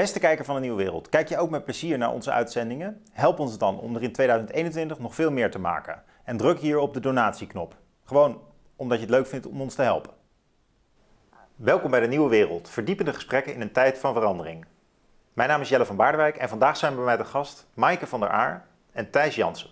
Beste kijker van de Nieuwe Wereld, kijk je ook met plezier naar onze uitzendingen? Help ons dan om er in 2021 nog veel meer te maken. En druk hier op de donatieknop. Gewoon omdat je het leuk vindt om ons te helpen. Welkom bij de Nieuwe Wereld, verdiepende gesprekken in een tijd van verandering. Mijn naam is Jelle van Baardewijk en vandaag zijn bij mij de gast Maaike van der Aar en Thijs Jansen.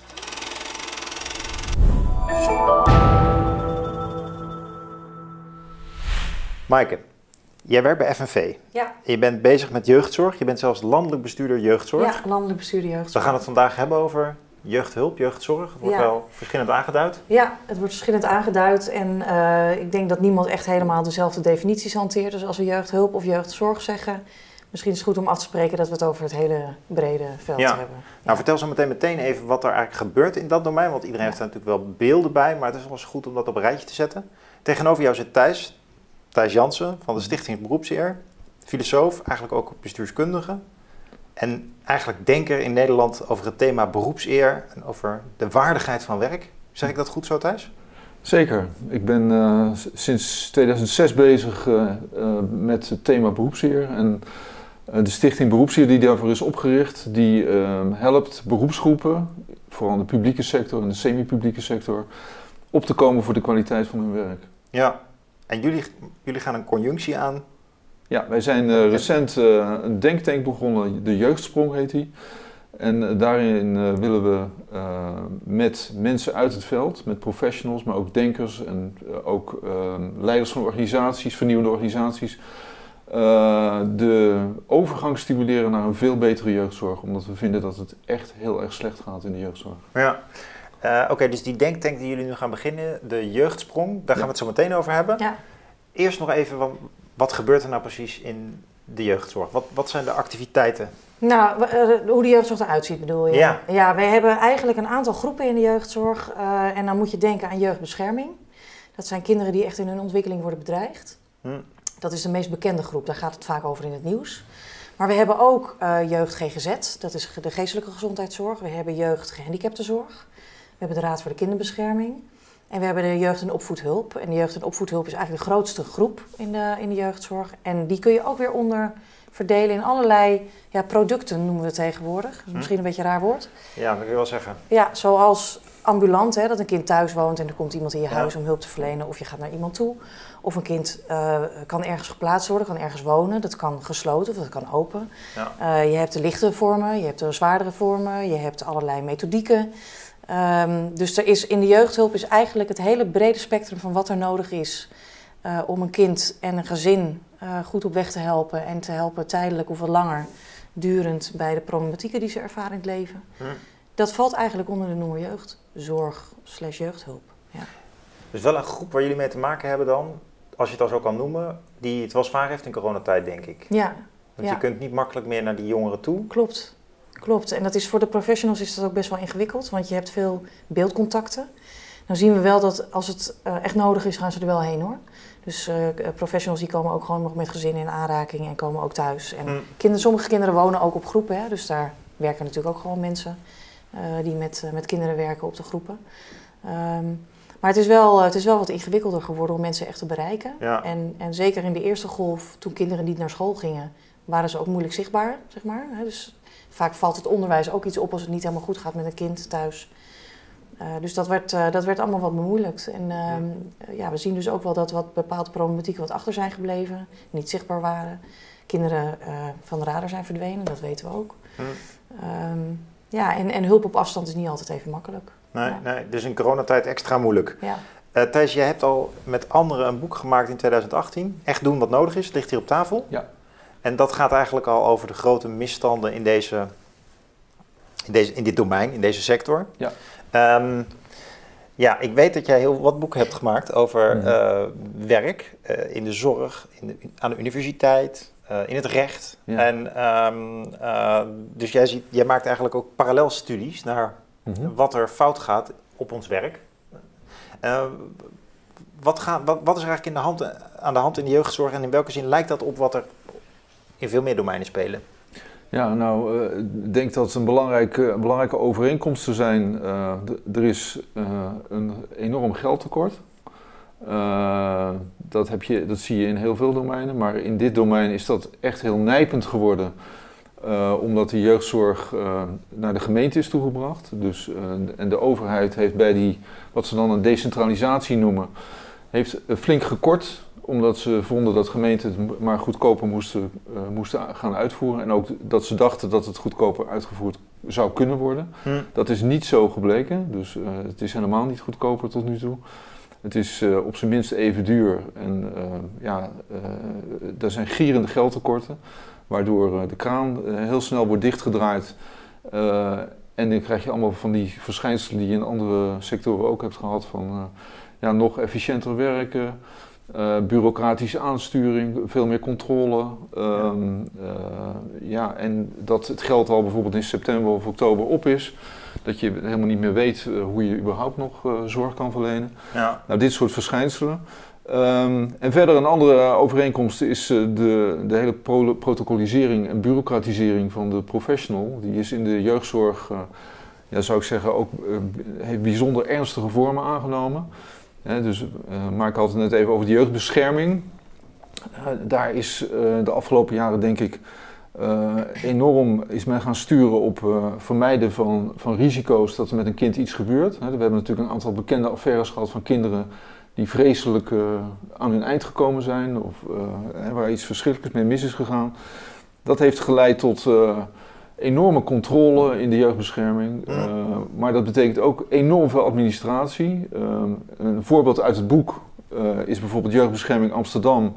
Maaike, jij werkt bij FNV. Ja. Je bent bezig met jeugdzorg. Je bent zelfs landelijk bestuurder jeugdzorg. Ja, landelijk bestuurder jeugdzorg. We gaan het vandaag hebben over jeugdhulp, jeugdzorg. Het wordt wel verschillend aangeduid. Ja, het wordt verschillend aangeduid. En ik denk dat niemand echt helemaal dezelfde definities hanteert. Dus als we jeugdhulp of jeugdzorg zeggen, misschien is het goed om af te spreken dat we het over het hele brede veld hebben. Nou, vertel zo meteen even wat er eigenlijk gebeurt in dat domein. Want iedereen heeft daar natuurlijk wel beelden bij, maar het is wel eens goed om dat op een rijtje te zetten. Tegenover jou zit Thijs Jansen van de Stichting Beroepseer, filosoof, eigenlijk ook bestuurskundige. En eigenlijk denker in Nederland over het thema beroepseer en over de waardigheid van werk. Zeg ik dat goed zo, Thijs? Zeker. Ik ben sinds 2006 bezig met het thema beroepseer. En de Stichting Beroepseer die daarvoor is opgericht, die helpt beroepsgroepen, vooral in de publieke sector en de semi-publieke sector, op te komen voor de kwaliteit van hun werk. Ja. En jullie gaan een conjunctie aan? Ja, wij zijn recent een denktank begonnen, de Jeugdsprong heet die. En daarin willen we met mensen uit het veld, met professionals, maar ook denkers en ook leiders van organisaties, vernieuwende organisaties, de overgang stimuleren naar een veel betere jeugdzorg. Omdat we vinden dat het echt heel erg slecht gaat in de jeugdzorg. Ja. Oké, dus die denktank die jullie nu gaan beginnen, de Jeugdsprong, daar gaan we het zo meteen over hebben. Ja. Eerst nog even, wat gebeurt er nou precies in de jeugdzorg? Wat zijn de activiteiten? Nou, hoe de jeugdzorg eruit ziet bedoel je? Ja. Ja, wij hebben eigenlijk een aantal groepen in de jeugdzorg. En dan moet je denken aan jeugdbescherming. Dat zijn kinderen die echt in hun ontwikkeling worden bedreigd. Dat is de meest bekende groep, daar gaat het vaak over in het nieuws. Maar we hebben ook jeugd GGZ, dat is de geestelijke gezondheidszorg. We hebben jeugd gehandicaptenzorg. We hebben de Raad voor de Kinderbescherming. En we hebben de jeugd- en opvoedhulp. En de jeugd- en opvoedhulp is eigenlijk de grootste groep in de jeugdzorg. En die kun je ook weer onder verdelen in allerlei producten, noemen we het tegenwoordig. Dat is misschien een beetje een raar woord. Ja, dat kun je wel zeggen. Ja, zoals ambulant, dat een kind thuis woont en er komt iemand in je huis om hulp te verlenen. Of je gaat naar iemand toe. Of een kind kan ergens geplaatst worden, kan ergens wonen. Dat kan gesloten of dat kan open. Ja. Je hebt de lichte vormen, je hebt de zwaardere vormen. Je hebt allerlei methodieken. Dus er is, in de jeugdhulp is eigenlijk het hele brede spectrum van wat er nodig is om een kind en een gezin goed op weg te helpen en te helpen tijdelijk of wat langer durend bij de problematieken die ze ervaren in het leven. Dat valt eigenlijk onder de noemer jeugdzorg/jeugdhulp. Ja. Dus wel een groep waar jullie mee te maken hebben dan, als je het al zo kan noemen, die het wel zwaar heeft in coronatijd, denk ik. Ja. Want je kunt niet makkelijk meer naar die jongeren toe. Klopt. En dat is voor de professionals is dat ook best wel ingewikkeld, want je hebt veel beeldcontacten. Dan zien we wel dat als het echt nodig is, gaan ze er wel heen hoor. Dus professionals die komen ook gewoon nog met gezinnen in aanraking en komen ook thuis. En sommige kinderen wonen ook op groepen, dus daar werken natuurlijk ook gewoon mensen die met kinderen werken op de groepen. Maar het is wel wat ingewikkelder geworden om mensen echt te bereiken. Ja. En zeker in de eerste golf, toen kinderen niet naar school gingen, waren ze ook moeilijk zichtbaar, zeg maar. Dus vaak valt het onderwijs ook iets op als het niet helemaal goed gaat met een kind thuis. Dus dat werd allemaal wat bemoeilijkt. En we zien dus ook wel dat wat bepaalde problematieken wat achter zijn gebleven, niet zichtbaar waren. Kinderen van de radar zijn verdwenen, dat weten we ook. En hulp op afstand is niet altijd even makkelijk. Nee, dus in coronatijd extra moeilijk. Ja. Thijs, jij hebt al met anderen een boek gemaakt in 2018. Echt doen wat nodig is, het ligt hier op tafel. Ja. En dat gaat eigenlijk al over de grote misstanden in dit domein, in deze sector. Ja. Ik weet dat jij heel wat boeken hebt gemaakt over werk in de zorg, aan de universiteit, in het recht. Ja. En dus jij maakt eigenlijk ook parallelstudies naar wat er fout gaat op ons werk. Wat is er eigenlijk aan de hand in de jeugdzorg en in welke zin lijkt dat op wat er in veel meer domeinen spelen? Ja, nou, ik denk dat een belangrijke overeenkomsten zijn. Er is een enorm geldtekort. Dat zie je in heel veel domeinen, maar in dit domein is dat echt heel nijpend geworden. Omdat de jeugdzorg naar de gemeente is toegebracht. Dus, en de overheid heeft bij die, wat ze dan een decentralisatie noemen, heeft flink gekort. Omdat ze vonden dat gemeenten het maar goedkoper moesten gaan uitvoeren. En ook dat ze dachten dat het goedkoper uitgevoerd zou kunnen worden. Dat is niet zo gebleken. Dus het is helemaal niet goedkoper tot nu toe. Het is op zijn minst even duur. En er zijn gierende geldtekorten. Waardoor de kraan heel snel wordt dichtgedraaid. En dan krijg je allemaal van die verschijnselen die je in andere sectoren ook hebt gehad. Van nog efficiënter werken, bureaucratische aansturing, veel meer controle. En dat het geld al bijvoorbeeld in september of oktober op is. Dat je helemaal niet meer weet hoe je überhaupt nog zorg kan verlenen. Ja. Nou, dit soort verschijnselen. En verder een andere overeenkomst is de hele protocolisering en bureaucratisering van de professional. Die is in de jeugdzorg, zou ik zeggen, ook heeft bijzonder ernstige vormen aangenomen. Maar ik had het net even over de jeugdbescherming. Daar is de afgelopen jaren denk ik enorm is men gaan sturen op vermijden van risico's dat er met een kind iets gebeurt. We hebben natuurlijk een aantal bekende affaires gehad van kinderen die vreselijk aan hun eind gekomen zijn of waar iets verschrikkelijks mee mis is gegaan. Dat heeft geleid tot enorme controle in de jeugdbescherming, maar dat betekent ook enorm veel administratie. Een voorbeeld uit het boek is bijvoorbeeld Jeugdbescherming Amsterdam,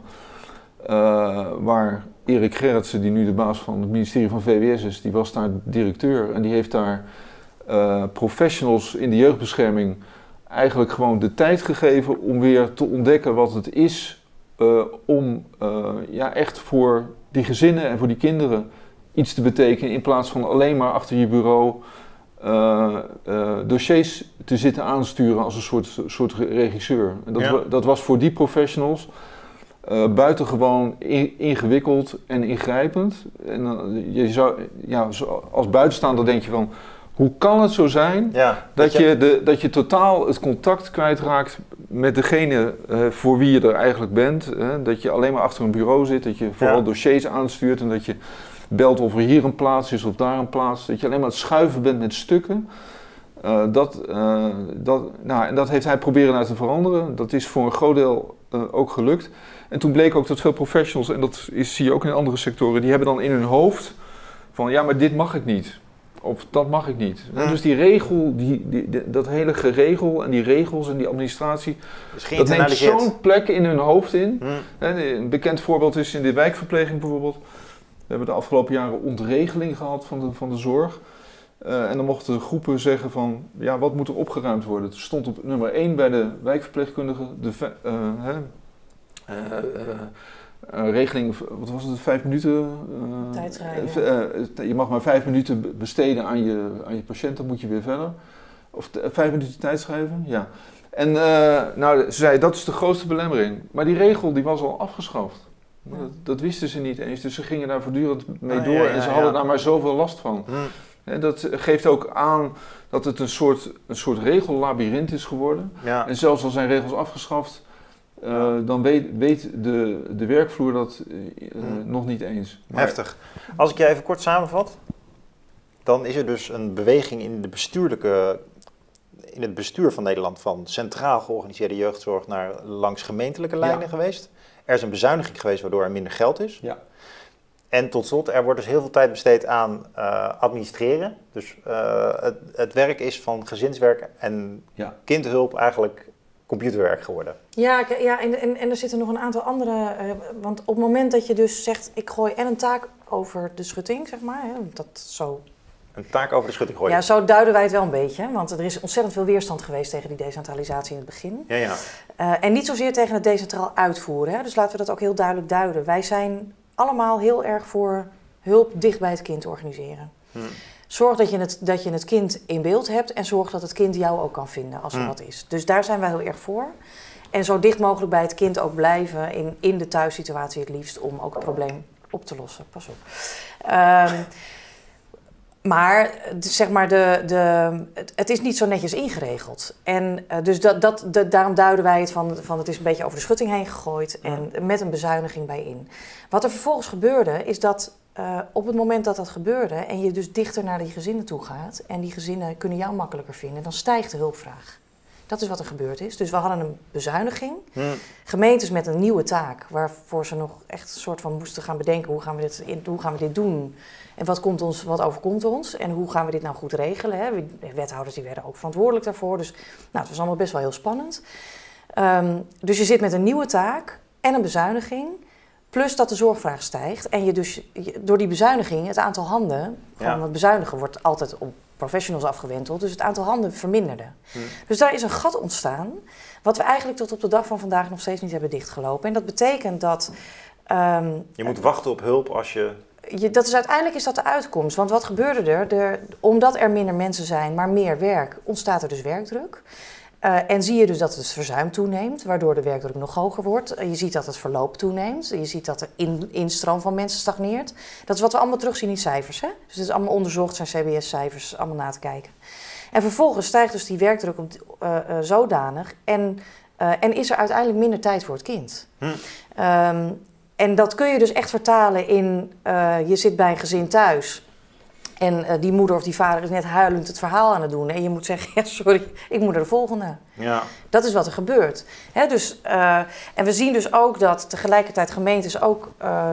waar Erik Gerritsen, die nu de baas van het ministerie van VWS is, die was daar directeur en die heeft daar professionals in de jeugdbescherming eigenlijk gewoon de tijd gegeven om weer te ontdekken wat het is om echt voor die gezinnen en voor die kinderen iets te betekenen in plaats van alleen maar achter je bureau dossiers te zitten aansturen als een soort regisseur. En dat was voor die professionals buitengewoon ingewikkeld en ingrijpend. En je zou, als buitenstaander denk je van, hoe kan het zo zijn dat je totaal het contact kwijtraakt met degene voor wie je er eigenlijk bent. Dat je alleen maar achter een bureau zit, dat je vooral dossiers aanstuurt en dat je belt of er hier een plaats is of daar een plaats. Dat je alleen maar het schuiven bent met stukken. En dat heeft hij proberen uit te veranderen. Dat is voor een groot deel ook gelukt. En toen bleek ook dat veel professionals, en dat zie je ook in andere sectoren, die hebben dan in hun hoofd van ja, maar dit mag ik niet. Of dat mag ik niet. En dus die regel, dat hele geregel en die regels en die administratie, dat neemt zo'n plek in hun hoofd in. Een bekend voorbeeld is in de wijkverpleging bijvoorbeeld. We hebben de afgelopen jaren ontregeling gehad van de zorg. En dan mochten groepen zeggen van, ja, wat moet er opgeruimd worden? Het stond op nummer 1 bij de wijkverpleegkundige regeling, wat was het, 5 minuten? Je mag maar 5 minuten besteden aan je patiënt, dan moet je weer verder. Of 5 minuten tijdschrijven, ja. En ze zei, dat is de grootste belemmering. Maar die regel die was al afgeschaft. Dat wisten ze niet eens, dus ze gingen daar voortdurend mee door en ze hadden daar maar zoveel last van. En dat geeft ook aan dat het een soort regellabyrint is geworden. Ja. En zelfs al zijn regels afgeschaft, dan weet de werkvloer dat nog niet eens. Maar heftig. Als ik je even kort samenvat, dan is er dus een beweging in het bestuur van Nederland van centraal georganiseerde jeugdzorg naar langs gemeentelijke lijnen geweest. Er is een bezuiniging geweest waardoor er minder geld is. Ja. En tot slot, er wordt dus heel veel tijd besteed aan administreren. Dus het werk is van gezinswerk en kindhulp eigenlijk computerwerk geworden. Ja, en er zitten nog een aantal andere. Want op het moment dat je dus zegt, ik gooi en een taak over de schutting, zeg maar. Dat zo. Een taak over de schutting gooien. Ja, zo duiden wij het wel een beetje. Want er is ontzettend veel weerstand geweest tegen die decentralisatie in het begin. Ja. En niet zozeer tegen het decentraal uitvoeren. Hè. Dus laten we dat ook heel duidelijk duiden. Wij zijn allemaal heel erg voor hulp dicht bij het kind organiseren. Zorg dat je het kind in beeld hebt en zorg dat het kind jou ook kan vinden als er wat is. Dus daar zijn wij heel erg voor. En zo dicht mogelijk bij het kind ook blijven in de thuissituatie het liefst om ook het probleem op te lossen. Pas op. Maar zeg maar het is niet zo netjes ingeregeld. En dus daarom duiden wij het van het is een beetje over de schutting heen gegooid en met een bezuiniging bij in. Wat er vervolgens gebeurde is dat op het moment dat gebeurde en je dus dichter naar die gezinnen toe gaat en die gezinnen kunnen jou makkelijker vinden, dan stijgt de hulpvraag. Dat is wat er gebeurd is. Dus we hadden een bezuiniging. Gemeentes met een nieuwe taak, waarvoor ze nog echt een soort van moesten gaan bedenken hoe gaan we dit doen en wat overkomt ons en hoe gaan we dit nou goed regelen. Hè? Wethouders die werden ook verantwoordelijk daarvoor. Dus het was allemaal best wel heel spannend. Dus je zit met een nieuwe taak en een bezuiniging. Plus dat de zorgvraag stijgt en je dus door die bezuiniging het aantal handen, want bezuinigen wordt altijd op professionals afgewenteld, dus het aantal handen verminderde. Dus daar is een gat ontstaan, wat we eigenlijk tot op de dag van vandaag nog steeds niet hebben dichtgelopen. En dat betekent dat je moet wachten op hulp als je... Uiteindelijk is dat de uitkomst. Want wat gebeurde er? Omdat er minder mensen zijn, maar meer werk, ontstaat er dus werkdruk. En zie je dus dat het verzuim toeneemt, waardoor de werkdruk nog hoger wordt. Je ziet dat het verloop toeneemt. Je ziet dat de instroom van mensen stagneert. Dat is wat we allemaal terugzien in cijfers. Hè? Dus het is allemaal onderzocht, zijn CBS-cijfers, allemaal na te kijken. En vervolgens stijgt dus die werkdruk zodanig en is er uiteindelijk minder tijd voor het kind. En dat kun je dus echt vertalen in, je zit bij een gezin thuis en die moeder of die vader is net huilend het verhaal aan het doen. En je moet zeggen, ja sorry, ik moet naar de volgende. Ja. Dat is wat er gebeurt. Dus, en we zien dus ook dat tegelijkertijd gemeentes ook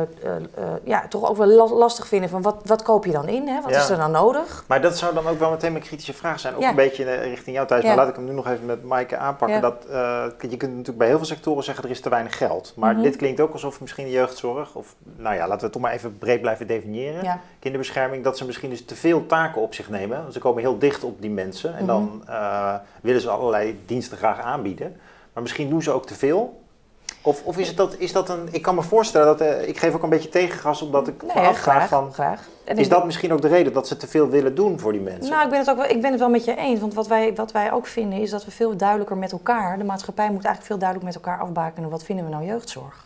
toch ook wel lastig vinden van wat koop je dan in? Hè? Wat is er dan nodig? Maar dat zou dan ook wel meteen een kritische vraag zijn. Ook een beetje richting jou thuis. Maar laat ik hem nu nog even met Maaike aanpakken. Dat, je kunt natuurlijk bij heel veel sectoren zeggen er is te weinig geld. Maar dit klinkt ook alsof misschien de jeugdzorg, of laten we het toch maar even breed blijven definiëren. Ja. Kinderbescherming, dat ze misschien dus te veel taken op zich nemen. Want ze komen heel dicht op die mensen. En dan willen ze allerlei diensten graag aanbieden. Maar misschien doen ze ook te veel. Of is dat een... Ik kan me voorstellen dat... ik geef ook een beetje tegengas omdat ik me afvraag van... Graag. Is dat misschien ook de reden dat ze te veel willen doen voor die mensen? Nou, ik ben het wel met je eens. Want wat wij ook vinden is dat we veel duidelijker met elkaar... De maatschappij moet eigenlijk veel duidelijker met elkaar afbakenen. Wat vinden we nou jeugdzorg?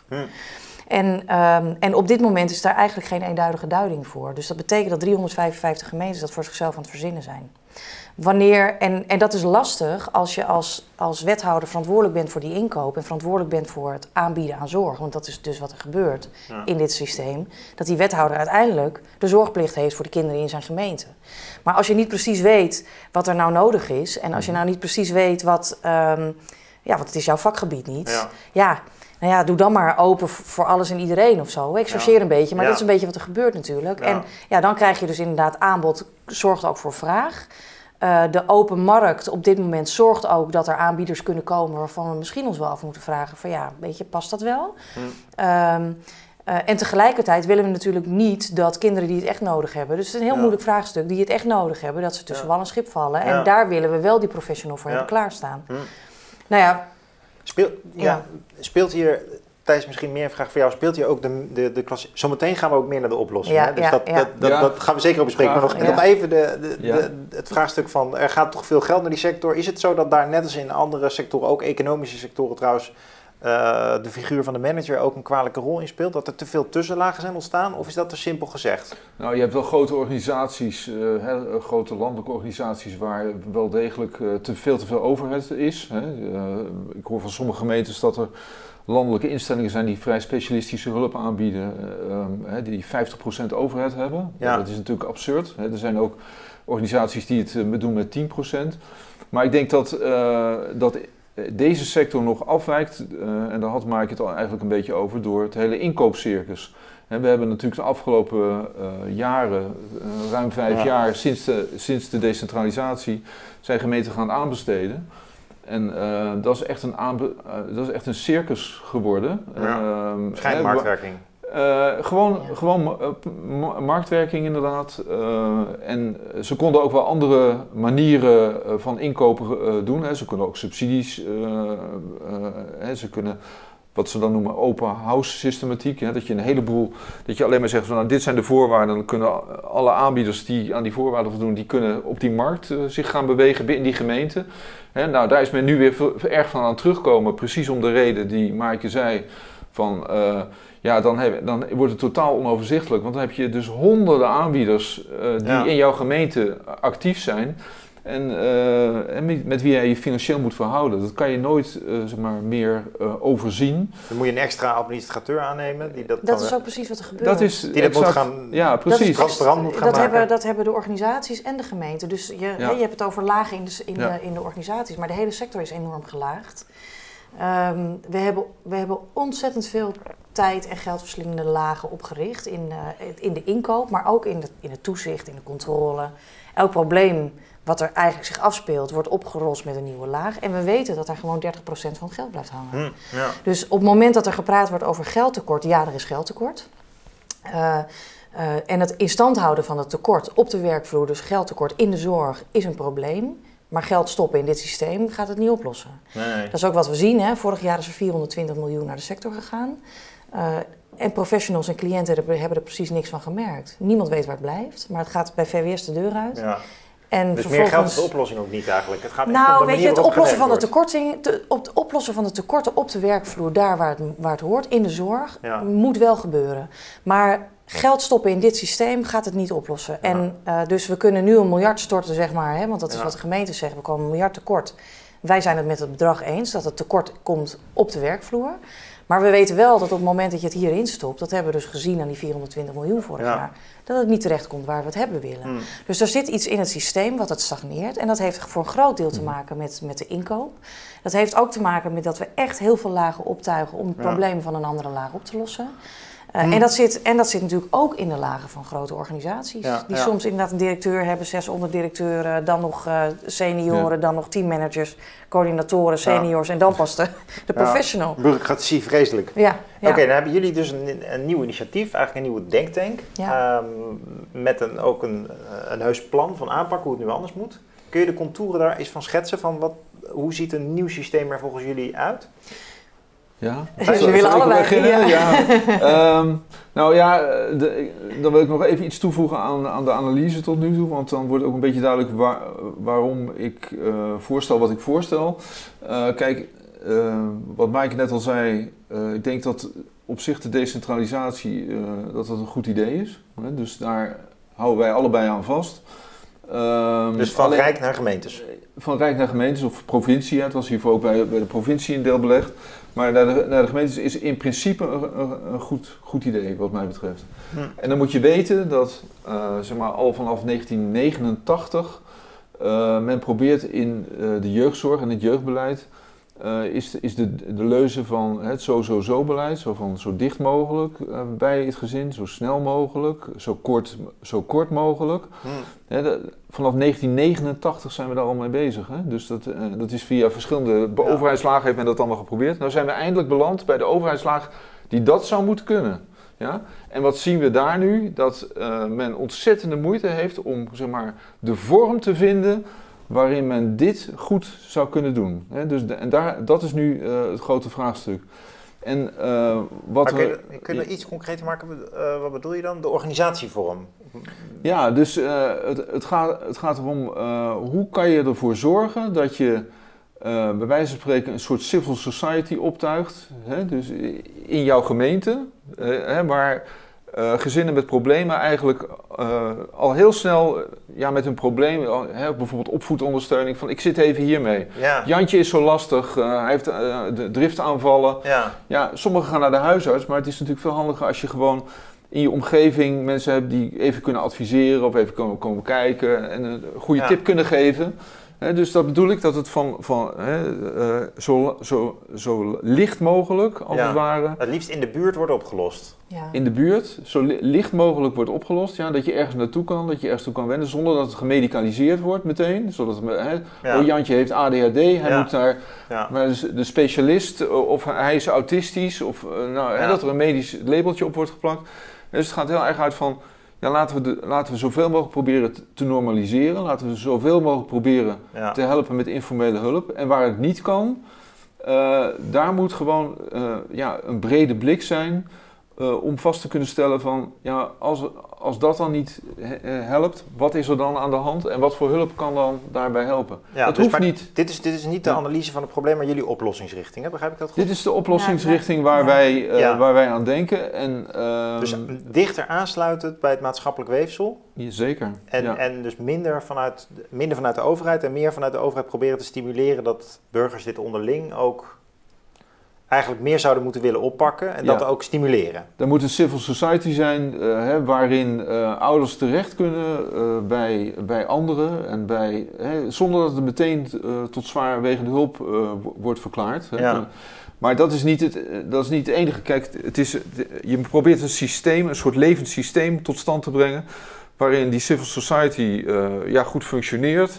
En op dit moment is daar eigenlijk geen eenduidige duiding voor. Dus dat betekent dat 355 gemeentes dat voor zichzelf aan het verzinnen zijn. En dat is lastig als je als wethouder verantwoordelijk bent voor die inkoop en verantwoordelijk bent voor het aanbieden aan zorg. Want dat is dus wat er gebeurt in dit systeem. Dat die wethouder uiteindelijk de zorgplicht heeft voor de kinderen in zijn gemeente. Maar als je niet precies weet wat er nou nodig is en als je nou niet precies weet want het is jouw vakgebied niet. Doe dan maar open voor alles en iedereen of zo. Ik chargeer een beetje, maar dat is een beetje wat er gebeurt natuurlijk. Ja. En dan krijg je dus inderdaad aanbod, zorgt ook voor vraag. De open markt op dit moment zorgt ook dat er aanbieders kunnen komen waarvan we misschien ons wel af moeten vragen van past dat wel? En tegelijkertijd willen we natuurlijk niet dat kinderen die het echt nodig hebben, dus het is een heel moeilijk vraagstuk, die het echt nodig hebben, dat ze tussen wal en schip vallen. En daar willen we wel die professional voor hebben klaarstaan. Speelt hier, Thijs, misschien meer een vraag voor jou, speelt hier ook de klassie... Zometeen gaan we ook meer naar de oplossing. Dat gaan we zeker ook bespreken. Maar nog even het vraagstuk van, er gaat toch veel geld naar die sector. Is het zo dat daar net als in andere sectoren, ook economische sectoren trouwens, de figuur van de manager ook een kwalijke rol in speelt? Dat er te veel tussenlagen zijn ontstaan? Of is dat te simpel gezegd? Nou, je hebt wel grote organisaties, grote landelijke organisaties waar wel degelijk te veel overhead is. Ik hoor van sommige gemeentes dat er landelijke instellingen zijn die vrij specialistische hulp aanbieden, die 50% overhead hebben. Ja. Dat is natuurlijk absurd. Er zijn ook organisaties die het doen met 10%. Maar ik denk dat deze sector nog afwijkt, en daar had Maaike het al eigenlijk een beetje over, door het hele inkoopcircus. En we hebben natuurlijk de afgelopen jaren, ruim 5 jaar sinds de decentralisatie, zijn gemeenten gaan aanbesteden. En dat is echt een circus geworden. Schijnmarktwerking. Gewoon marktwerking inderdaad. En ze konden ook wel andere manieren van inkopen doen. Ze kunnen ook subsidies, ze kunnen wat ze dan noemen open house systematiek. Dat je een heleboel, dat je alleen maar zegt van nou, dit zijn de voorwaarden. Dan kunnen alle aanbieders die aan die voorwaarden voldoen, die kunnen op die markt zich gaan bewegen in die gemeente. Nou, daar is men nu weer erg van aan het terugkomen, precies om de reden die Maaike zei. Dan wordt het totaal onoverzichtelijk. Want dan heb je dus honderden aanbieders die in jouw gemeente actief zijn. En met wie jij je financieel moet verhouden. Dat kan je nooit meer overzien. Dan moet je een extra administrateur aannemen. Dat is ook precies wat er gebeurt. Die dat moet gaan, precies. transparant moet gaan maken. Dat hebben de organisaties en de gemeenten. Dus je hebt het over lagen in de organisaties. Maar de hele sector is enorm gelaagd. We hebben ontzettend veel tijd en geldverslindende lagen opgericht in de inkoop, maar ook in het toezicht, in de controle. Elk probleem wat er eigenlijk zich afspeelt, wordt opgerost met een nieuwe laag. En we weten dat daar gewoon 30% van het geld blijft hangen. Dus op het moment dat er gepraat wordt over geldtekort, er is geldtekort. En het in stand houden van het tekort op de werkvloer, dus geldtekort in de zorg, is een probleem. Maar geld stoppen in dit systeem gaat het niet oplossen. Nee. Dat is ook wat we zien. Hè. Vorig jaar is er 420 miljoen naar de sector gegaan. En professionals en cliënten hebben er precies niks van gemerkt. Niemand weet waar het blijft, maar het gaat bij VWS de deur uit. Ja. En dus meer geld is de oplossing ook niet eigenlijk. Het gaat het oplossen van de tekorten op de werkvloer, daar waar het hoort, in de zorg, moet wel gebeuren. Maar geld stoppen in dit systeem gaat het niet oplossen. Ja. En dus we kunnen nu 1 miljard storten, zeg maar, hè, want dat is wat de gemeentes zeggen. We komen 1 miljard tekort. Wij zijn het met het bedrag eens dat het tekort komt op de werkvloer. Maar we weten wel dat op het moment dat je het hierin stopt, dat hebben we dus gezien aan die 420 miljoen vorig jaar, dat het niet terecht komt waar we het hebben willen. Dus er zit iets in het systeem wat het stagneert. En dat heeft voor een groot deel te maken met de inkoop. Dat heeft ook te maken met dat we echt heel veel lagen optuigen om het probleem van een andere laag op te lossen. En dat zit natuurlijk ook in de lagen van grote organisaties. Die soms inderdaad een directeur hebben, 6 onderdirecteuren, dan nog senioren, dan nog teammanagers, coördinatoren, seniors en dan pas de professional. Bureaucratie, vreselijk. Ja. Oké, dan hebben jullie dus een nieuw initiatief, eigenlijk een nieuwe denktank. Met ook een heus plan van aanpak hoe het nu anders moet. Kun je de contouren daar eens van schetsen van hoe ziet een nieuw systeem er volgens jullie uit? Ja, we willen allebei beginnen. Dan wil ik nog even iets toevoegen aan de analyse tot nu toe, want dan wordt ook een beetje duidelijk waarom ik voorstel wat ik voorstel. Wat Maaike net al zei, ik denk dat op zich de decentralisatie dat een goed idee is. Dus daar houden wij allebei aan vast. Dus van Rijk naar gemeentes? Van Rijk naar gemeentes of provincie. Het was hiervoor ook bij de provincie een deel belegd. Maar naar de gemeentes is in principe een goed idee wat mij betreft. En dan moet je weten dat al vanaf 1989 men probeert in de jeugdzorg en het jeugdbeleid is de leuze van het zo beleid, zo dicht mogelijk bij het gezin, zo snel mogelijk, zo kort mogelijk. Vanaf 1989 zijn we daar al mee bezig. Hè? Dus dat is via verschillende overheidslagen heeft men dat allemaal geprobeerd. Nou zijn we eindelijk beland bij de overheidslaag die dat zou moeten kunnen. Ja? En wat zien we daar nu? Dat men ontzettende moeite heeft om de vorm te vinden waarin men dit goed zou kunnen doen. Dat is nu het grote vraagstuk. En, kun je iets concreter maken? Wat bedoel je dan? De organisatievorm? Ja, dus het gaat erom hoe kan je ervoor zorgen dat je bij wijze van spreken een soort civil society optuigt. Dus in jouw gemeente, waar gezinnen met problemen eigenlijk al heel snel met hun probleem, bijvoorbeeld opvoedondersteuning, van ik zit even hiermee. Ja. Jantje is zo lastig, hij heeft de driftaanvallen. Ja, sommigen gaan naar de huisarts, maar het is natuurlijk veel handiger als je gewoon in je omgeving mensen hebt die even kunnen adviseren of even komen kijken en een goede tip kunnen geven. Dus dat bedoel ik, dat het zo licht mogelijk, als het ware. Het liefst in de buurt wordt opgelost. Ja. In de buurt, zo licht mogelijk wordt opgelost. Ja, dat je ergens naartoe kan, dat je ergens toe kan wennen, zonder dat het gemedicaliseerd wordt meteen. Zodat Jantje heeft ADHD, hij moet naar de specialist, of hij is autistisch, of dat er een medisch labeltje op wordt geplakt. Dus het gaat heel erg uit van, laten we zoveel mogelijk proberen te normaliseren. Laten we zoveel mogelijk proberen te helpen met informele hulp. En waar het niet kan, daar moet gewoon een brede blik zijn om vast te kunnen stellen van, ja, als dat dan niet helpt, wat is er dan aan de hand en wat voor hulp kan dan daarbij helpen? Ja, dat dus hoeft niet. Dit is niet de analyse van het probleem, maar jullie oplossingsrichting, hè? Begrijp ik dat goed? Dit is de oplossingsrichting waar wij aan denken. En, dus dichter aansluitend bij het maatschappelijk weefsel. Zeker. En dus minder vanuit de overheid en meer vanuit de overheid proberen te stimuleren dat burgers dit onderling ook eigenlijk meer zouden moeten willen oppakken en dat ook stimuleren. Er moet een civil society zijn waarin ouders terecht kunnen bij anderen en zonder dat het meteen tot zwaarwegende hulp wordt verklaard. Ja. Maar dat is niet het enige. Kijk, je probeert een soort levend systeem tot stand te brengen waarin die civil society goed functioneert.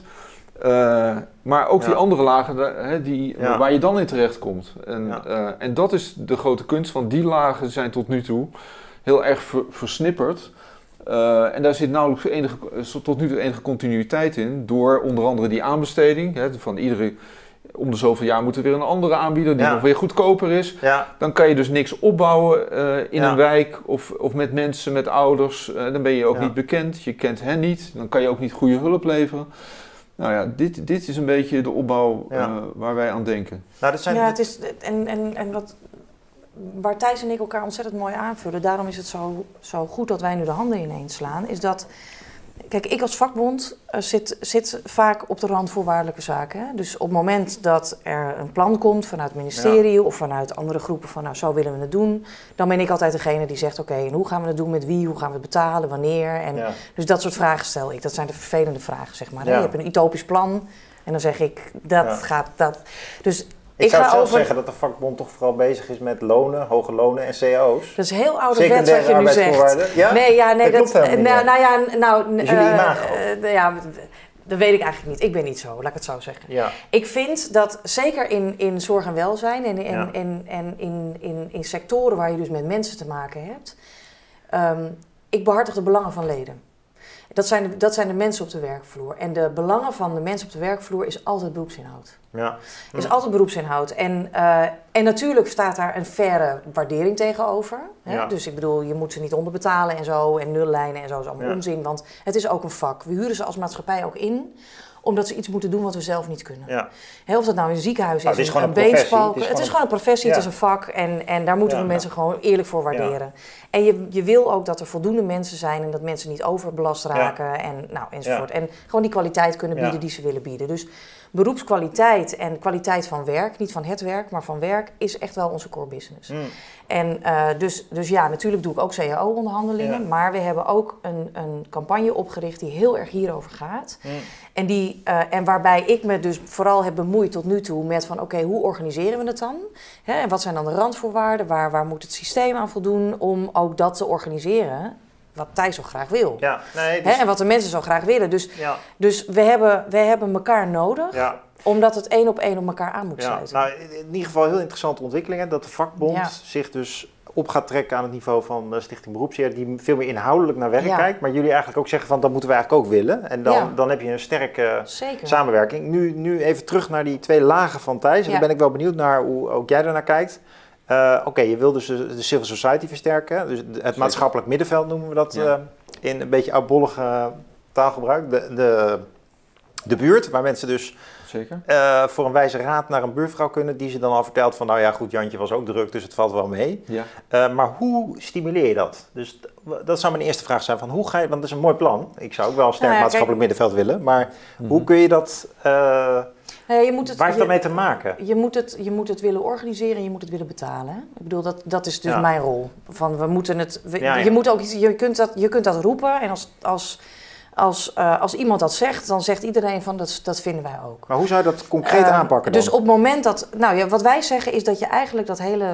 Maar ook die andere lagen waar je dan in terecht komt. En dat is de grote kunst, want die lagen zijn tot nu toe heel erg versnipperd. En daar zit nauwelijks tot nu toe enige continuïteit in, door onder andere die aanbesteding. Van om de zoveel jaar moet er weer een andere aanbieder die nog weer goedkoper is. Ja. Dan kan je dus niks opbouwen in een wijk of met mensen, met ouders. Dan ben je ook niet bekend, je kent hen niet. Dan kan je ook niet goede hulp leveren. Nou ja, dit is een beetje de opbouw waar wij aan denken. Nou, het is en waar Thijs en ik elkaar ontzettend mooi aanvullen, daarom is het zo goed dat wij nu de handen ineens slaan, is dat, kijk, ik als vakbond zit vaak op de randvoorwaardelijke zaken. Hè? Dus op het moment dat er een plan komt vanuit het ministerie of vanuit andere groepen van, nou, zo willen we het doen, dan ben ik altijd degene die zegt, oké, en hoe gaan we het doen, met wie, hoe gaan we het betalen, wanneer? En dus dat soort vragen stel ik. Dat zijn de vervelende vragen, zeg maar. Ja. Je hebt een utopisch plan en dan zeg ik, gaat dat. Dus ik zou zelf zeggen dat de vakbond toch vooral bezig is met lonen, hoge lonen en cao's. Dat is heel ouderwets wat je nu zegt. Ja? Nee, dat jullie imago. Dat weet ik eigenlijk niet. Ik ben niet zo, laat ik het zo zeggen. Ja. Ik vind dat zeker in zorg en welzijn en in sectoren waar je dus met mensen te maken hebt, ik behartig de belangen van leden. Dat zijn de mensen op de werkvloer. En de belangen van de mensen op de werkvloer is altijd beroepsinhoud. Ja. Is altijd beroepsinhoud. En natuurlijk staat daar een faire waardering tegenover. Hè? Ja. Dus ik bedoel, je moet ze niet onderbetalen en zo. En nullijnen en zo is allemaal onzin. Want het is ook een vak. We huren ze als maatschappij ook in, omdat ze iets moeten doen wat we zelf niet kunnen. Ja. Of dat nou in een ziekenhuis is, het is een beenspaken. Het is gewoon een professie, het is een vak. En daar moeten we mensen gewoon eerlijk voor waarderen. Ja. En je wil ook dat er voldoende mensen zijn en dat mensen niet overbelast raken enzovoort. Ja. En gewoon die kwaliteit kunnen bieden die ze willen bieden. Dus beroepskwaliteit en kwaliteit van werk, niet van het werk, maar van werk, is echt wel onze core business. En dus ja, natuurlijk doe ik ook CAO-onderhandelingen, maar we hebben ook een campagne opgericht die heel erg hierover gaat. En waarbij ik me dus vooral heb bemoeid tot nu toe met van oké, hoe organiseren we het dan? En wat zijn dan de randvoorwaarden? Waar moet het systeem aan voldoen om ook dat te organiseren? Wat Thijs zo graag wil. Ja, en wat de mensen zo graag willen. Dus we hebben elkaar nodig, omdat het één op elkaar aan moet sluiten. Nou, in ieder geval heel interessante ontwikkelingen. Dat de vakbond zich dus op gaat trekken aan het niveau van Stichting Beroepsheer, die veel meer inhoudelijk naar werk kijkt. Maar jullie eigenlijk ook zeggen van, dat moeten we eigenlijk ook willen. En dan heb je een sterke samenwerking. Nu even terug naar die twee lagen van Thijs. En dan ben ik wel benieuwd naar hoe ook jij daarnaar kijkt. Oké, je wil dus de civil society versterken. Dus het maatschappelijk middenveld noemen we dat in een beetje oudbollige taalgebruik. De buurt, waar mensen dus voor een wijze raad naar een buurvrouw kunnen, die ze dan al vertelt van, nou ja goed, Jantje was ook druk, dus het valt wel mee. Ja. Maar hoe stimuleer je dat? Dus dat zou mijn eerste vraag zijn, van hoe ga je, want dat is een mooi plan. Ik zou ook wel een sterk maatschappelijk middenveld willen, maar hoe kun je dat... waar heeft dat mee te maken? Je moet het willen organiseren en je moet het willen betalen. Hè? Ik bedoel, dat is dus mijn rol. Van, we moeten het... Je moet ook, je kunt dat roepen en als iemand dat zegt, dan zegt iedereen van dat vinden wij ook. Maar hoe zou je dat concreet aanpakken dan? Dus op het moment dat... Nou ja, wat wij zeggen is dat je eigenlijk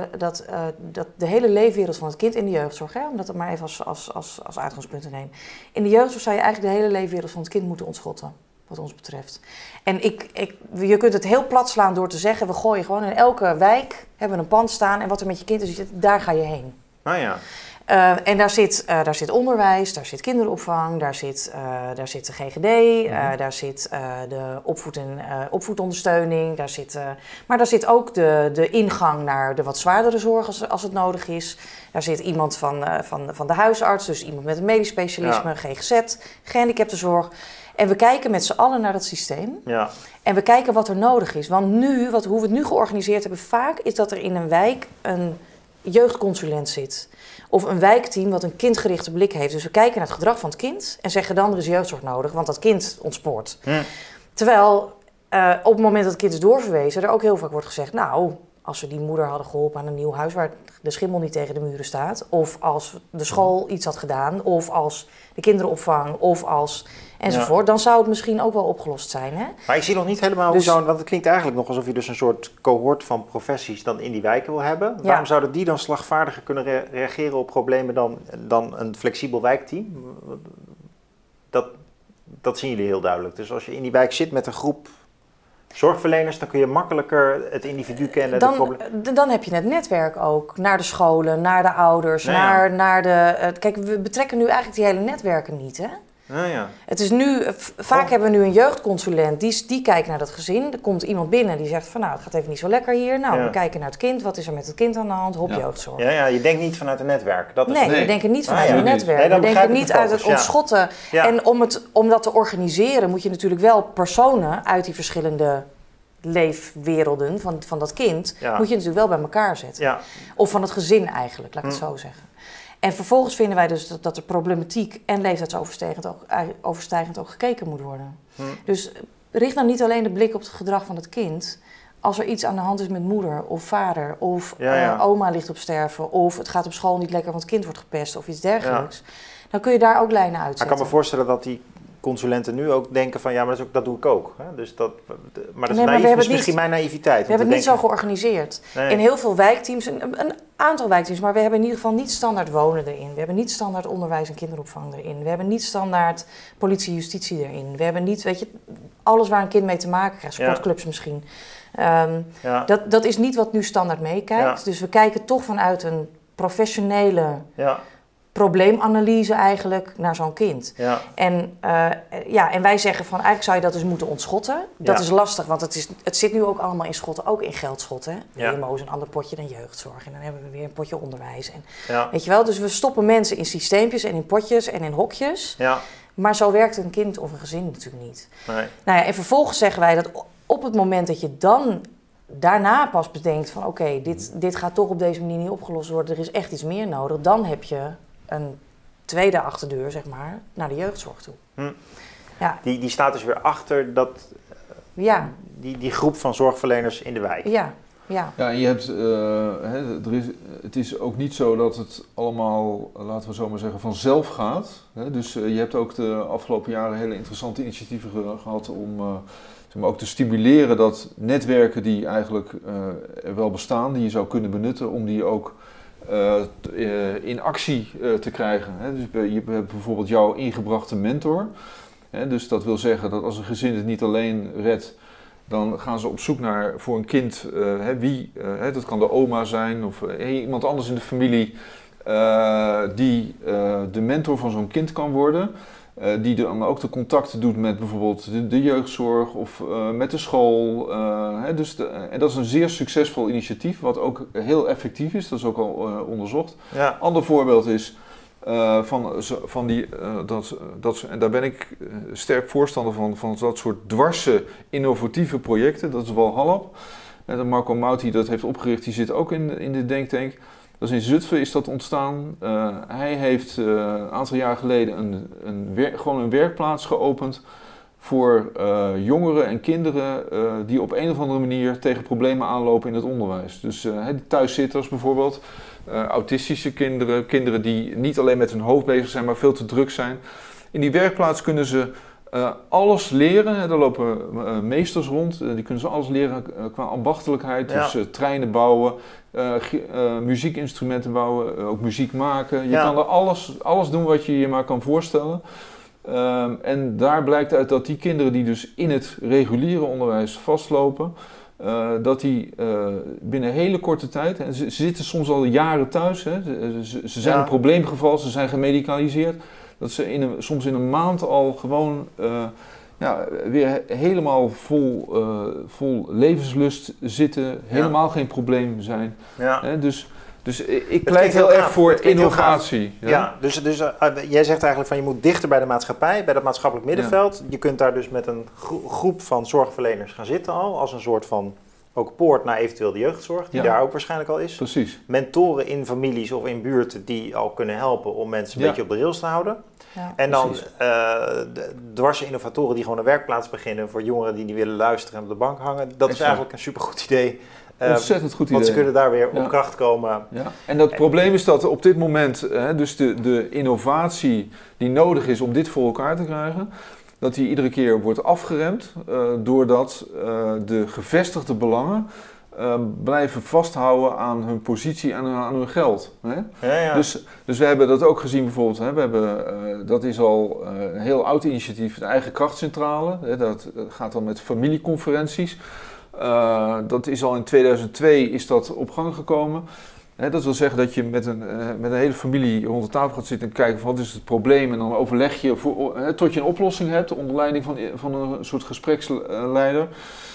de hele leefwereld van het kind in de jeugdzorg, om dat maar even als uitgangspunt te nemen. In de jeugdzorg zou je eigenlijk de hele leefwereld van het kind moeten ontschotten, wat ons betreft. En je kunt het heel plat slaan door te zeggen, we gooien gewoon in elke wijk, hebben we een pand staan en wat er met je kind is, daar ga je heen. Nou ja. En daar zit onderwijs, daar zit kinderopvang, daar zit de GGD, daar zit de opvoedondersteuning, maar daar zit ook de ingang naar de wat zwaardere zorg als het nodig is. Daar zit iemand van de huisarts, dus iemand met een medisch specialisme, GGZ, gehandicaptenzorg. En we kijken met z'n allen naar dat systeem. Ja. En we kijken wat er nodig is. Want hoe we het nu georganiseerd hebben vaak, is dat er in een wijk een jeugdconsulent zit. Of een wijkteam wat een kindgerichte blik heeft. Dus we kijken naar het gedrag van het kind en zeggen dan er is jeugdzorg nodig, want dat kind ontspoort. Terwijl op het moment dat het kind is doorverwezen, er ook heel vaak wordt gezegd, nou, als we die moeder hadden geholpen aan een nieuw huis waar de schimmel niet tegen de muren staat, of als de school iets had gedaan, of als de kinderopvang, of als enzovoort, dan zou het misschien ook wel opgelost zijn. Hè? Maar ik zie nog niet helemaal Dus, want het klinkt eigenlijk nog alsof je dus een soort cohort van professies dan in die wijken wil hebben. Ja. Waarom zouden die dan slagvaardiger kunnen reageren op problemen dan een flexibel wijkteam? Dat zien jullie heel duidelijk. Dus als je in die wijk zit met een groep zorgverleners, dan kun je makkelijker het individu kennen. Dan heb je het netwerk ook. Naar de scholen, naar de ouders, naar de... Kijk, we betrekken nu eigenlijk die hele netwerken niet, hè? Ja. Het is nu... Vaak hebben we nu een jeugdconsulent, die kijkt naar dat gezin. Er komt iemand binnen die zegt van, nou, het gaat even niet zo lekker hier. Nou, we kijken naar het kind. Wat is er met het kind aan de hand? Jeugdzorg. Ja, je denkt niet vanuit een netwerk. We denken niet vanuit een netwerk. Nee, we denken niet uit het ontschotten. Ja. En om dat te organiseren moet je natuurlijk wel personen uit die verschillende leefwerelden van dat kind, moet je natuurlijk wel bij elkaar zetten. Ja. Of van het gezin eigenlijk, laat ik het zo zeggen. En vervolgens vinden wij dus dat de problematiek en leeftijdsoverstijgend ook gekeken moet worden. Dus richt nou niet alleen de blik op het gedrag van het kind. Als er iets aan de hand is met moeder of vader, of oma ligt op sterven, of het gaat op school niet lekker want het kind wordt gepest of iets dergelijks, dan kun je daar ook lijnen uitzetten. Ik kan me voorstellen dat die consulenten nu ook denken van ja, maar dat doe ik ook. Hè? Dus maar dat is misschien mijn naïviteit. We hebben het niet zo georganiseerd. Nee. In heel veel wijkteams, een aantal wijkteams, maar we hebben in ieder geval niet standaard wonen erin. We hebben niet standaard onderwijs en kinderopvang erin. We hebben niet standaard politie en justitie erin. We hebben niet, alles waar een kind mee te maken krijgt, sportclubs misschien. Dat is niet wat nu standaard meekijkt. Ja. Dus we kijken toch vanuit een professionele probleemanalyse eigenlijk naar zo'n kind. Ja. En wij zeggen van eigenlijk zou je dat dus moeten ontschotten. Dat is lastig, want het zit nu ook allemaal in schotten, ook in geldschotten. WMO is een ander potje dan jeugdzorg. En dan hebben we weer een potje onderwijs. Weet je wel, dus we stoppen mensen in systeempjes en in potjes en in hokjes. Ja. Maar zo werkt een kind of een gezin natuurlijk niet. Nee. Nou ja, en vervolgens zeggen wij dat op het moment dat je dan daarna pas bedenkt van oké, dit gaat toch op deze manier niet opgelost worden. Er is echt iets meer nodig. Dan heb je een tweede achterdeur, zeg maar, naar de jeugdzorg toe. Ja. Die staat dus weer achter die groep van zorgverleners in de wijk. Ja. Ja, en je hebt, het is ook niet zo dat het allemaal, laten we zo maar zeggen, vanzelf gaat. Hè? Dus je hebt ook de afgelopen jaren hele interessante initiatieven gehad om ook te stimuleren dat netwerken die eigenlijk er wel bestaan, die je zou kunnen benutten, om die ook in actie te krijgen. Hè? Dus je hebt bijvoorbeeld jouw ingebrachte mentor. Hè? Dus dat wil zeggen dat als een gezin het niet alleen redt, dan gaan ze op zoek naar voor een kind wie. Dat kan de oma zijn of iemand anders in de familie die de mentor van zo'n kind kan worden. Die dan ook de contacten doet met bijvoorbeeld de jeugdzorg of met de school. En dat is een zeer succesvol initiatief, wat ook heel effectief is. Dat is ook al onderzocht. Ja. Ander voorbeeld is en daar ben ik sterk voorstander van dat soort dwarse innovatieve projecten. Dat is Walhallap. En Marco Mauti dat heeft opgericht, die zit ook in de denktank. Dus in Zutphen is dat ontstaan. Hij heeft een aantal jaar geleden gewoon een werkplaats geopend voor jongeren en kinderen die op een of andere manier tegen problemen aanlopen in het onderwijs. Dus thuiszitters bijvoorbeeld, autistische kinderen, kinderen die niet alleen met hun hoofd bezig zijn, maar veel te druk zijn. In die werkplaats kunnen ze alles leren. Daar lopen meesters rond, die kunnen ze alles leren qua ambachtelijkheid. Ja. Dus treinen bouwen, muziekinstrumenten bouwen, ook muziek maken. Je kan er alles doen wat je je maar kan voorstellen. En daar blijkt uit dat die kinderen die dus in het reguliere onderwijs vastlopen, dat die binnen hele korte tijd, en ze zitten soms al jaren thuis, hè, ze zijn een probleemgeval, ze zijn gemedicaliseerd, dat ze soms in een maand al gewoon weer helemaal vol levenslust zitten, helemaal geen probleem zijn. Ja. Dus ik pleit heel erg voor innovatie. Ja, dus jij zegt eigenlijk van je moet dichter bij de maatschappij, bij dat maatschappelijk middenveld. Ja. Je kunt daar dus met een groep van zorgverleners gaan zitten al, als een soort van ook poort naar eventueel de jeugdzorg, die daar ook waarschijnlijk al is. Precies. Mentoren in families of in buurten die al kunnen helpen om mensen een beetje op de rails te houden. Ja. En dan dwarse innovatoren die gewoon een werkplaats beginnen voor jongeren die niet willen luisteren en op de bank hangen. Dat is eigenlijk een supergoed idee. Ontzettend goed idee. Want ze kunnen daar weer op kracht komen. Ja. En dat probleem is dat op dit moment, dus de innovatie die nodig is om dit voor elkaar te krijgen, dat die iedere keer wordt afgeremd doordat de gevestigde belangen blijven vasthouden aan hun positie en aan hun geld. Hè? Ja. Dus we hebben dat ook gezien bijvoorbeeld. Hè? We hebben, dat is al een heel oud initiatief, de eigen krachtcentrale. Hè? Dat gaat dan met familieconferenties. Dat is al in 2002 is dat op gang gekomen. Dat wil zeggen dat je met een hele familie rond de tafel gaat zitten en kijken van wat is het probleem en dan overleg je tot je een oplossing hebt onder leiding van een soort gespreksleider.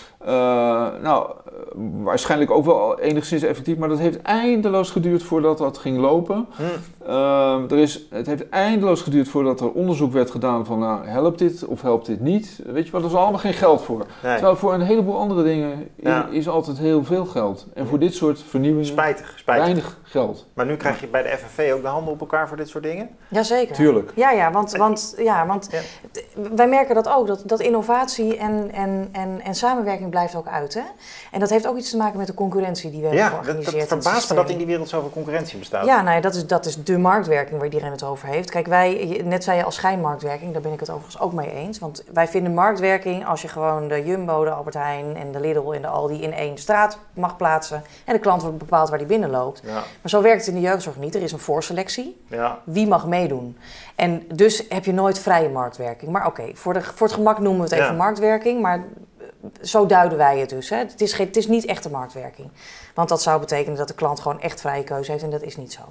Waarschijnlijk ook wel enigszins effectief, maar dat heeft eindeloos geduurd voordat dat ging lopen. Het heeft eindeloos geduurd voordat er onderzoek werd gedaan van helpt dit of helpt dit niet. Weet je wat, er is allemaal geen geld voor. Nee. Terwijl voor een heleboel andere dingen is altijd heel veel geld. En voor dit soort vernieuwingen spijtig. Weinig geld. Maar nu krijg je bij de FNV ook de handen op elkaar voor dit soort dingen? Jazeker. Tuurlijk. Want wij merken dat ook, dat innovatie en samenwerking blijft ook uit. Hè? En dat heeft ook iets te maken met de concurrentie die we hebben georganiseerd. Het verbaast me dat in die wereld zoveel concurrentie bestaat. Ja, dat is de marktwerking waar iedereen het over heeft. Kijk, net zei je als schijnmarktwerking, daar ben ik het overigens ook mee eens. Want wij vinden marktwerking als je gewoon de Jumbo, de Albert Heijn en de Lidl en de Aldi in één straat mag plaatsen. En de klant wordt bepaald waar die binnenloopt. Ja. Maar zo werkt het in de jeugdzorg niet. Er is een voorselectie. Ja. Wie mag meedoen? En dus heb je nooit vrije marktwerking. Maar oké, voor het gemak noemen we het even marktwerking. Maar zo duiden wij het dus. Hè. Het is niet echte marktwerking. Want dat zou betekenen dat de klant gewoon echt vrije keuze heeft. En dat is niet zo.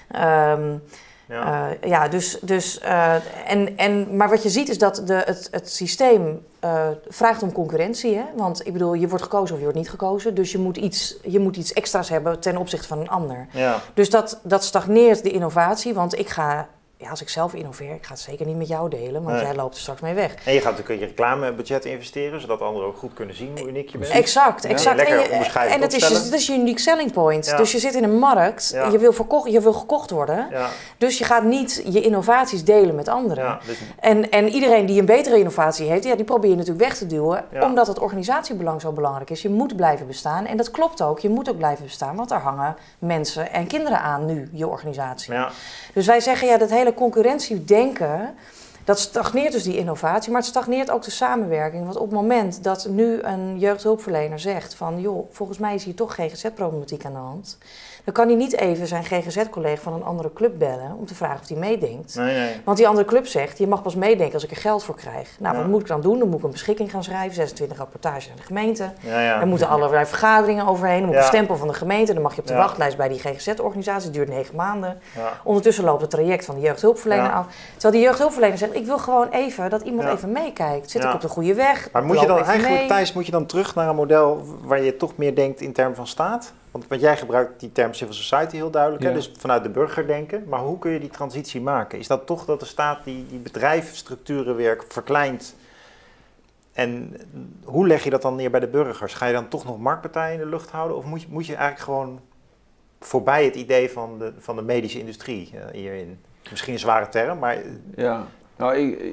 Maar wat je ziet is dat het systeem vraagt om concurrentie. Hè? Want ik bedoel, je wordt gekozen of je wordt niet gekozen. Dus je moet iets extra's hebben ten opzichte van een ander. Ja. Dus dat stagneert de innovatie. Want als ik zelf innoveer, ik ga het zeker niet met jou delen, want jij loopt er straks mee weg. En je gaat natuurlijk in je reclamebudget investeren, zodat anderen ook goed kunnen zien hoe uniek je bent. Exact. En dat is je unique selling point. Ja. Dus je zit in een markt, je wil gekocht worden. Ja. Dus je gaat niet je innovaties delen met anderen. Ja, dus... en iedereen die een betere innovatie heeft, die probeer je natuurlijk weg te duwen, omdat het organisatiebelang zo belangrijk is. Je moet blijven bestaan. En dat klopt ook, je moet ook blijven bestaan, want daar hangen mensen en kinderen aan nu, je organisatie. Ja. Dus wij zeggen, dat hele concurrentiedenken, dat stagneert dus die innovatie, maar het stagneert ook de samenwerking. Want op het moment dat nu een jeugdhulpverlener zegt van, joh, volgens mij is hier toch GGZ-problematiek aan de hand, dan kan hij niet even zijn GGZ-collega van een andere club bellen om te vragen of hij meedenkt. Nee. Want die andere club zegt, je mag pas meedenken als ik er geld voor krijg. Nou, wat moet ik dan doen? Dan moet ik een beschikking gaan schrijven, 26 rapportages aan de gemeente. Ja. Dan moeten allerlei vergaderingen overheen, dan moet ik een stempel van de gemeente, dan mag je op de wachtlijst bij die GGZ-organisatie, het duurt 9 maanden. Ja. Ondertussen loopt het traject van de jeugdhulpverlener af. Terwijl die jeugdhulpverlener zegt, ik wil gewoon even dat iemand even meekijkt. Zit ik op de goede weg? Maar moet je dan eigenlijk, Thijs, moet je dan terug naar een model waar je toch meer denkt in termen van staat? Want jij gebruikt die term civil society heel duidelijk, hè? Dus vanuit de burger denken. Maar hoe kun je die transitie maken? Is dat toch dat de staat die bedrijfsstructuren weer verkleint? En hoe leg je dat dan neer bij de burgers? Ga je dan toch nog marktpartijen in de lucht houden? Of moet je eigenlijk gewoon voorbij het idee van de medische industrie hierin? Misschien een zware term, maar... Ja. Nou,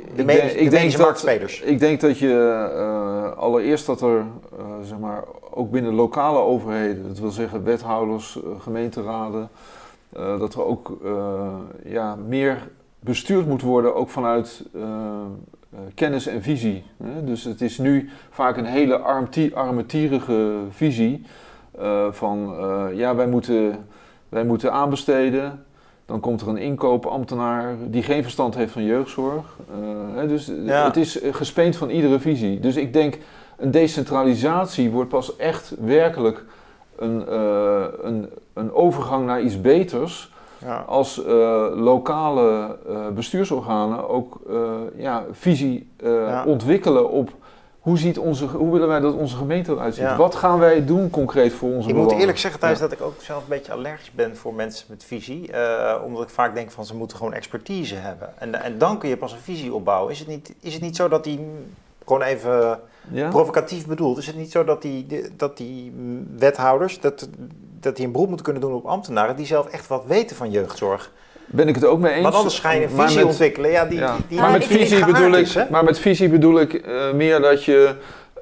ik denk dat je allereerst dat er ook binnen lokale overheden, dat wil zeggen wethouders, gemeenteraden, dat er ook meer bestuurd moet worden, ook vanuit kennis en visie. Dus het is nu vaak een hele armetierige visie van wij moeten aanbesteden. Dan komt er een inkoopambtenaar die geen verstand heeft van jeugdzorg. Het is gespeend van iedere visie. Dus ik denk, een decentralisatie wordt pas echt werkelijk een overgang naar iets beters als lokale bestuursorganen ook visie ontwikkelen op hoe willen wij dat onze gemeente eruit ziet. Ja. Wat gaan wij doen concreet voor onze bewoners? Ik moet eerlijk zeggen thuis dat ik ook zelf een beetje allergisch ben voor mensen met visie. Omdat ik vaak denk van ze moeten gewoon expertise hebben. En dan kun je pas een visie opbouwen. Is het niet zo dat die, gewoon even provocatief bedoeld, is het niet zo dat die wethouders, dat die een beroep moeten kunnen doen op ambtenaren die zelf echt wat weten van jeugdzorg? Ben ik het ook mee eens. Want anders ga je een visie ontwikkelen. Maar met visie bedoel ik meer dat je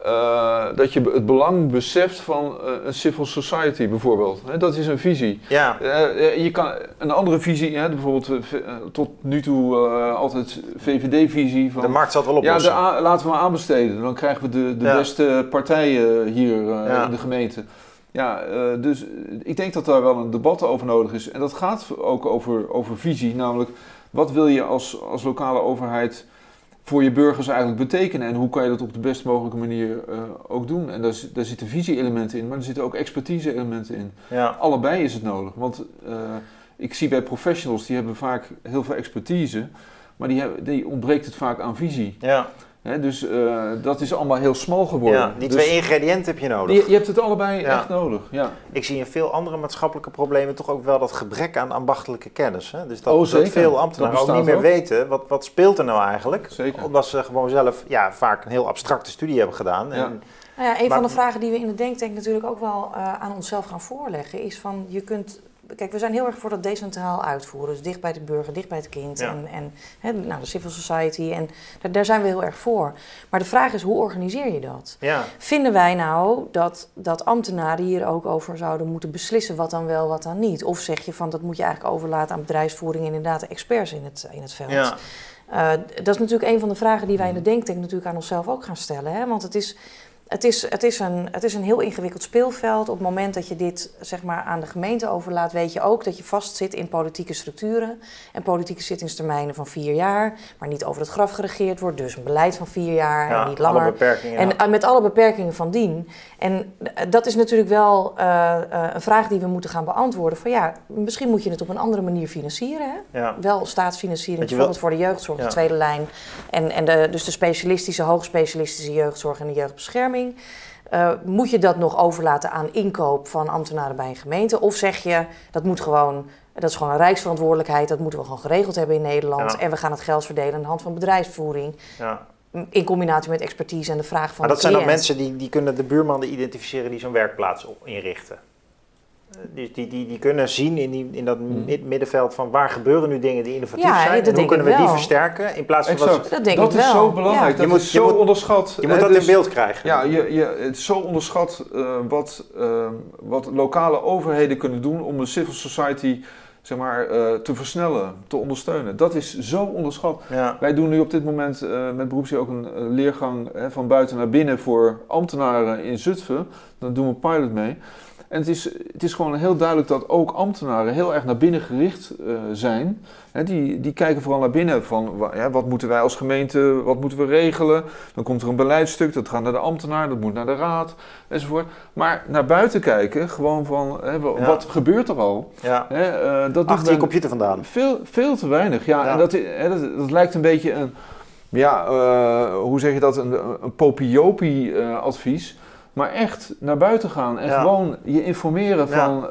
het belang beseft van een civil society bijvoorbeeld. Dat is een visie. Ja. Je kan een andere visie, bijvoorbeeld tot nu toe altijd VVD-visie. Van, de markt zal het wel oplossen. Ja, laten we maar aanbesteden. Dan krijgen we de beste partijen hier in de gemeente. Ja, dus ik denk dat daar wel een debat over nodig is. En dat gaat ook over visie, namelijk wat wil je als lokale overheid voor je burgers eigenlijk betekenen en hoe kan je dat op de best mogelijke manier ook doen. En daar zitten visie-elementen in, maar er zitten ook expertise-elementen in. Ja. Allebei is het nodig, want ik zie bij professionals, die hebben vaak heel veel expertise, maar die ontbreekt het vaak aan visie. Ja. Dus dat is allemaal heel smal geworden. Ja, die twee ingrediënten heb je nodig. Je hebt het allebei echt nodig. Ja. Ik zie in veel andere maatschappelijke problemen toch ook wel dat gebrek aan ambachtelijke kennis. Hè? Dus dat veel ambtenaren ook niet meer weten wat speelt er nou eigenlijk. Zeker. Omdat ze gewoon zelf vaak een heel abstracte studie hebben gedaan. Ja. Een van de vragen die we in de denktank natuurlijk ook wel aan onszelf gaan voorleggen is van kijk, we zijn heel erg voor dat decentraal uitvoeren. Dus dicht bij de burger, dicht bij het kind en de civil society. En daar zijn we heel erg voor. Maar de vraag is, hoe organiseer je dat? Ja. Vinden wij nou dat ambtenaren hier ook over zouden moeten beslissen wat dan wel, wat dan niet? Of zeg je van, dat moet je eigenlijk overlaten aan bedrijfsvoering en inderdaad de experts in het veld? Ja. Dat is natuurlijk een van de vragen die wij in de denktank natuurlijk aan onszelf ook gaan stellen. Hè? Want het is een heel ingewikkeld speelveld. Op het moment dat je dit zeg maar aan de gemeente overlaat, weet je ook dat je vastzit in politieke structuren en politieke zittingstermijnen van 4 jaar, maar niet over het graf geregeerd wordt. Dus een beleid van 4 jaar en niet langer. Alle beperkingen, en met alle beperkingen van dien. En dat is natuurlijk wel een vraag die we moeten gaan beantwoorden. Van misschien moet je het op een andere manier financieren. Hè? Ja. Wel staatsfinanciering, bijvoorbeeld voor de jeugdzorg, de tweede lijn. Dus de specialistische, hoogspecialistische jeugdzorg en de jeugdbescherming. Moet je dat nog overlaten aan inkoop van ambtenaren bij een gemeente? Of zeg je, dat is gewoon een rijksverantwoordelijkheid, dat moeten we gewoon geregeld hebben in Nederland. Ja. En we gaan het geld verdelen aan de hand van bedrijfsvoering. Ja. In combinatie met expertise en de vraag van maar dat zijn dan mensen die kunnen de buurmannen identificeren die zo'n werkplaats inrichten. Die kunnen zien in dat middenveld van waar gebeuren nu dingen die innovatief zijn. En hoe kunnen we die versterken in plaats van dat is zo belangrijk. Ja. Dat is zo onderschat. Je moet dat in beeld krijgen. Ja, het is zo onderschat wat lokale overheden kunnen doen om de civil society zeg maar, te versnellen, te ondersteunen. Dat is zo onderschat. Ja. Wij doen nu op dit moment met beroepsleer ook een leergang van buiten naar binnen voor ambtenaren in Zutphen. Daar doen we een pilot mee. En het is gewoon heel duidelijk dat ook ambtenaren heel erg naar binnen gericht zijn. Die kijken vooral naar binnen van wat moeten wij als gemeente, wat moeten we regelen. Dan komt er een beleidstuk, dat gaat naar de ambtenaar, dat moet naar de raad enzovoort. Maar naar buiten kijken, gewoon van wat gebeurt er al. Ja. Dat achter je computer vandaan. Veel te weinig. Ja. En dat lijkt een beetje een, hoe zeg je dat, een popiopie advies. Maar echt naar buiten gaan en gewoon je informeren van,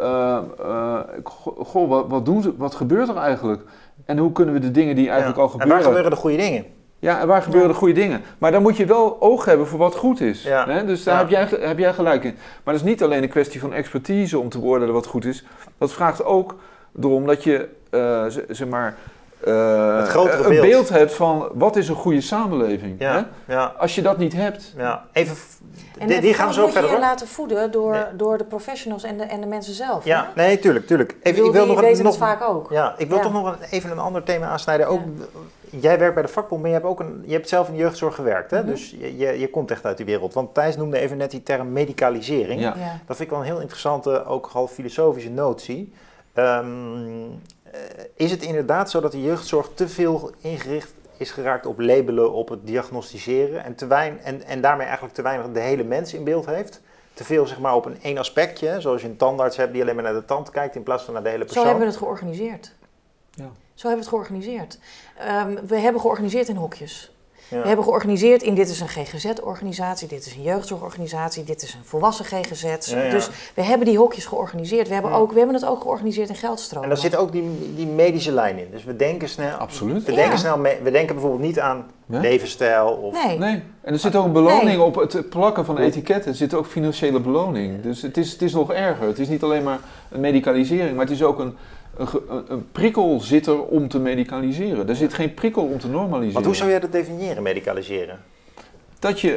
wat gebeurt er eigenlijk? En hoe kunnen we de dingen die eigenlijk al gebeuren... En waar gebeuren de goede dingen? Ja, en waar gebeuren de goede dingen? Maar dan moet je wel oog hebben voor wat goed is. Ja. Hè? Dus daar heb jij gelijk in. Maar dat is niet alleen een kwestie van expertise om te beoordelen wat goed is. Dat vraagt ook erom dat je, zeg maar... een beeld hebt van wat is een goede samenleving. Ja, hè? Ja. Als je dat niet hebt... Ja. Even, die gaan we zo verder. Je laten voeden door de professionals en de mensen zelf. Ja, hè? Nee, tuurlijk. Even, ik wil nog weten het vaak ook. Ja, ik wil toch nog even een ander thema aansnijden. Ook, jij werkt bij de vakbond, maar je hebt zelf in de jeugdzorg gewerkt. Hè? Mm-hmm. Dus je komt echt uit die wereld. Want Thijs noemde even net die term medicalisering. Ja. Ja. Dat vind ik wel een heel interessante, ook half filosofische notie. Is het inderdaad zo dat de jeugdzorg te veel ingericht is geraakt op labelen, op het diagnosticeren en daarmee eigenlijk te weinig de hele mens in beeld heeft. Te veel zeg maar op één aspectje, zoals je een tandarts hebt die alleen maar naar de tand kijkt in plaats van naar de hele persoon. Zo hebben we het georganiseerd. Ja. Zo hebben we het georganiseerd. We hebben georganiseerd in hokjes. Ja. We hebben georganiseerd in dit is een GGZ-organisatie, dit is een jeugdzorgorganisatie, dit is een volwassen GGZ. Ja. Dus we hebben die hokjes georganiseerd. We hebben het ook georganiseerd in geldstromen. En daar zit ook die medische lijn in. Dus we denken snel. Absoluut. We denken bijvoorbeeld niet aan levensstijl of. Nee. En er zit ook een beloning op het plakken van etiketten. Er zit ook financiële beloning. Dus het is nog erger. Het is niet alleen maar een medicalisering, maar het is ook een prikkel zit er om te medicaliseren. Er zit geen prikkel om te normaliseren. Want hoe zou jij dat definiëren, medicaliseren? Dat je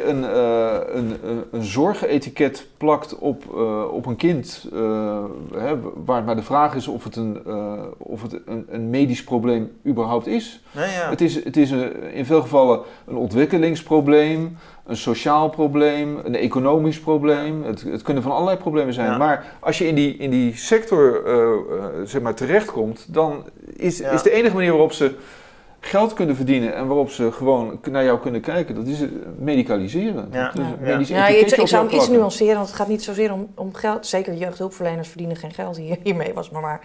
een zorgetiket plakt op een kind, waar maar de vraag is of het een medisch probleem überhaupt is. Ja. Het is in veel gevallen een ontwikkelingsprobleem, een sociaal probleem, een economisch probleem. Het kunnen van allerlei problemen zijn. Ja. Maar als je in die sector zeg maar terechtkomt, dan is de enige manier waarop ze geld kunnen verdienen en waarop ze gewoon naar jou kunnen kijken, dat is medicaliseren. Ja. Dus ik zou hem iets nuanceren, want het gaat niet zozeer om geld. Zeker jeugdhulpverleners verdienen geen geld hiermee, was maar.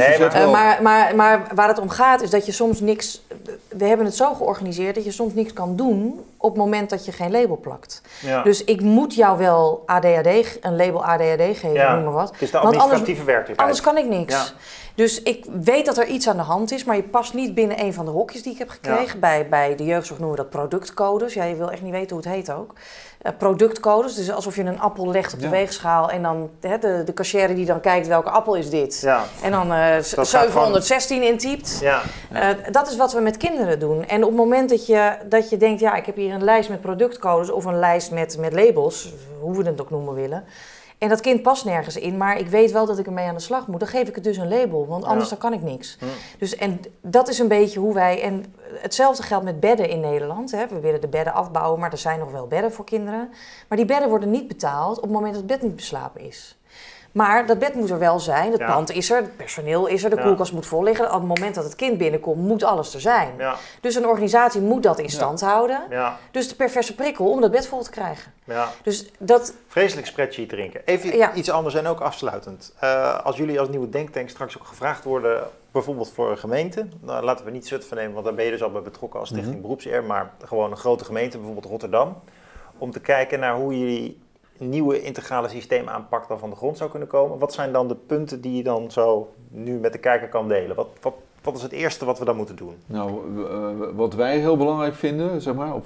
Maar waar het om gaat is dat je soms niks. We hebben het zo georganiseerd dat je soms niks kan doen op het moment dat je geen label plakt. Ja. Dus ik moet jou wel een label ADHD geven, noem maar wat. Het is de administratieve werkelijkheid. Anders kan ik niks. Ja. Dus ik weet dat er iets aan de hand is, maar je past niet binnen een van de hokjes die ik heb gekregen. Ja. Bij de jeugdzorg noemen we dat productcodes. Ja, je wil echt niet weten hoe het heet ook. Productcodes, dus alsof je een appel legt op de weegschaal en dan de cashier die dan kijkt welke appel is dit. Ja. En dan 716 intypt. Ja. Dat is wat we met kinderen doen. En op het moment dat je denkt, ik heb hier een lijst met productcodes of een lijst met labels, hoe we het ook noemen willen. En dat kind past nergens in, maar ik weet wel dat ik ermee aan de slag moet. Dan geef ik het dus een label, want anders dan kan ik niks. Ja. Dus, en dat is een beetje hoe wij... En hetzelfde geldt met bedden in Nederland. Hè. We willen de bedden afbouwen, maar er zijn nog wel bedden voor kinderen. Maar die bedden worden niet betaald op het moment dat het bed niet beslapen is. Maar dat bed moet er wel zijn, het pand is er, het personeel is er, de koelkast moet vol liggen. Op het moment dat het kind binnenkomt, moet alles er zijn. Ja. Dus een organisatie moet dat in stand houden. Ja. Dus de perverse prikkel om dat bed vol te krijgen. Ja. Dus dat... Vreselijk spreadsheet drinken. Even iets anders en ook afsluitend. Als jullie als nieuwe denktank straks ook gevraagd worden, bijvoorbeeld voor een gemeente, nou, laten we niet Zutphen nemen, want daar ben je dus al bij betrokken als Stichting Beroepseer, maar gewoon een grote gemeente, bijvoorbeeld Rotterdam, om te kijken naar hoe jullie nieuwe integrale systeem aanpak dan van de grond zou kunnen komen. Wat zijn dan de punten die je dan zo nu met de kijker kan delen? Wat is het eerste wat we dan moeten doen? Nou, wat wij heel belangrijk vinden, zeg maar,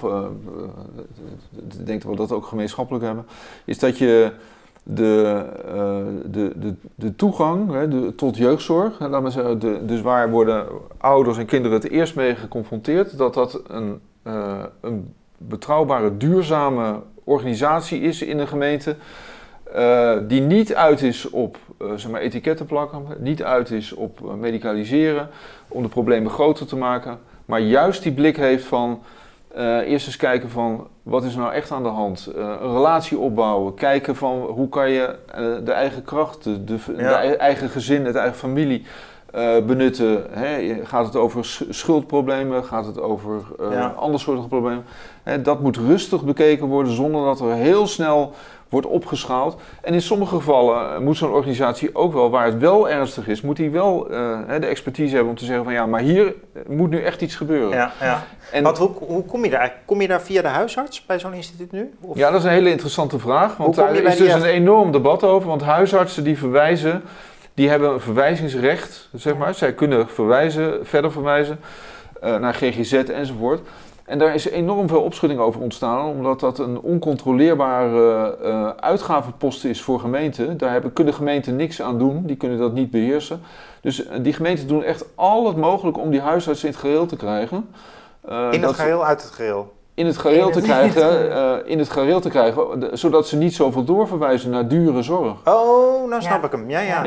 ik denk dat we dat ook gemeenschappelijk hebben, is dat je de toegang tot jeugdzorg, laat maar zeggen, dus waar worden ouders en kinderen het eerst mee geconfronteerd, dat een betrouwbare, duurzame organisatie is in een gemeente die niet uit is op etiketten plakken, niet uit is op medicaliseren, om de problemen groter te maken, maar juist die blik heeft van eerst eens kijken van wat is er nou echt aan de hand, een relatie opbouwen, kijken van hoe kan je de eigen kracht, de eigen gezin, de eigen familie benutten. Gaat het over schuldproblemen, gaat het over andere soorten problemen. Dat moet rustig bekeken worden zonder dat er heel snel wordt opgeschaald. En in sommige gevallen moet zo'n organisatie ook wel, waar het wel ernstig is, moet die wel de expertise hebben om te zeggen van maar hier moet nu echt iets gebeuren. Ja. Want hoe kom je daar eigenlijk? Kom je daar via de huisarts bij zo'n instituut nu? Of? Ja, dat is een hele interessante vraag. Want daar is dus een enorm debat over. Want huisartsen die hebben een verwijzingsrecht, zeg maar. Zij kunnen verder verwijzen naar GGZ enzovoort. En daar is enorm veel opschudding over ontstaan, omdat dat een oncontroleerbare uitgavenpost is voor gemeenten. Daar kunnen gemeenten niks aan doen, die kunnen dat niet beheersen. Dus die gemeenten doen echt al het mogelijke om die huisarts in het geheel te krijgen. In het geheel, uit het geheel? In het geheel te krijgen, zodat ze niet zoveel doorverwijzen naar dure zorg. Oh, nou snap ik hem. Ja.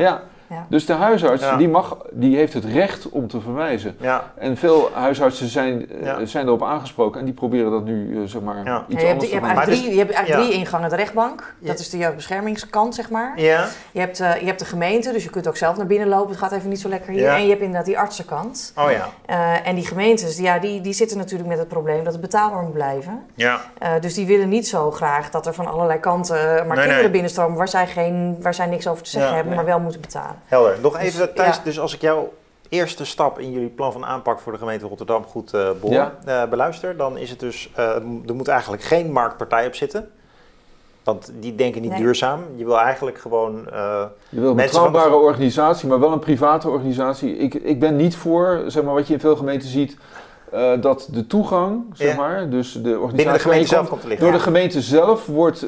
Ja. Dus de huisarts die heeft het recht om te verwijzen. Ja. En veel huisartsen zijn erop aangesproken en die proberen dat nu iets anders te Je gaan. hebt eigenlijk drie ingangen. De rechtbank, dat is de jeugdbeschermingskant, zeg maar. Ja. Je hebt de gemeente, dus je kunt ook zelf naar binnen lopen. Het gaat even niet zo lekker hier. Ja. En je hebt inderdaad die artsenkant. Oh ja. En die gemeentes, die zitten natuurlijk met het probleem dat het betaalbaar moet blijven. Ja. Dus die willen niet zo graag dat er van allerlei kanten kinderen binnenstromen waar zij niks over te zeggen hebben, maar wel moeten betalen. Helder. Nog even Thijs, dus als ik jouw eerste stap in jullie plan van aanpak voor de gemeente Rotterdam goed beluister, dan is het dus, er moet eigenlijk geen marktpartij op zitten. Want die denken niet duurzaam. Je wil eigenlijk gewoon... je wil een betrouwbare organisatie, maar wel een private organisatie. Ik ben niet voor, zeg maar, wat je in veel gemeenten ziet, dat de toegang, zeg maar, dus de organisatie binnen de gemeente zelf komt te liggen. Door de gemeente zelf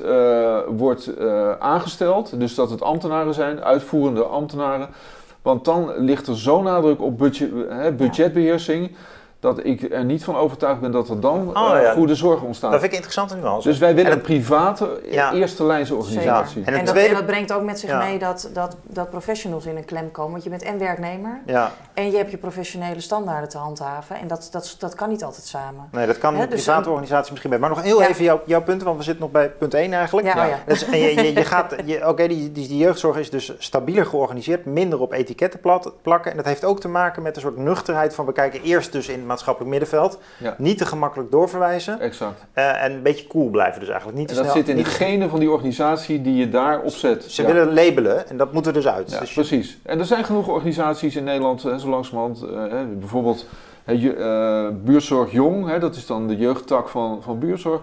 wordt aangesteld. Dus dat het ambtenaren zijn, uitvoerende ambtenaren. Want dan ligt er zo'n nadruk op budgetbeheersing, dat ik er niet van overtuigd ben dat er dan goede zorgen ontstaan. Dat vind ik interessante nuance. Dus wij willen een private, eerste lijnse organisatie. Ja. En dat brengt ook met zich mee dat professionals in een klem komen. Want je bent en werknemer en je hebt je professionele standaarden te handhaven. En dat kan niet altijd samen. Nee, dat kan een private organisatie misschien bij. Maar nog heel even jouw punten, want we zitten nog bij punt 1 eigenlijk. Dus, en je gaat, die jeugdzorg is dus stabieler georganiseerd, minder op etiketten plakken. En dat heeft ook te maken met een soort nuchterheid van we kijken eerst dus in maatschappelijk middenveld. Ja. Niet te gemakkelijk doorverwijzen. Exact. En een beetje cool blijven dus eigenlijk. Niet te snel. Dat zit in de genen van die organisatie die je daar opzet. Ze willen labelen en dat moet er dus uit. Ja, dus precies. En er zijn genoeg organisaties in Nederland, zo langzamerhand. Bijvoorbeeld Buurtzorg Jong, dat is dan de jeugdtak van Buurtzorg.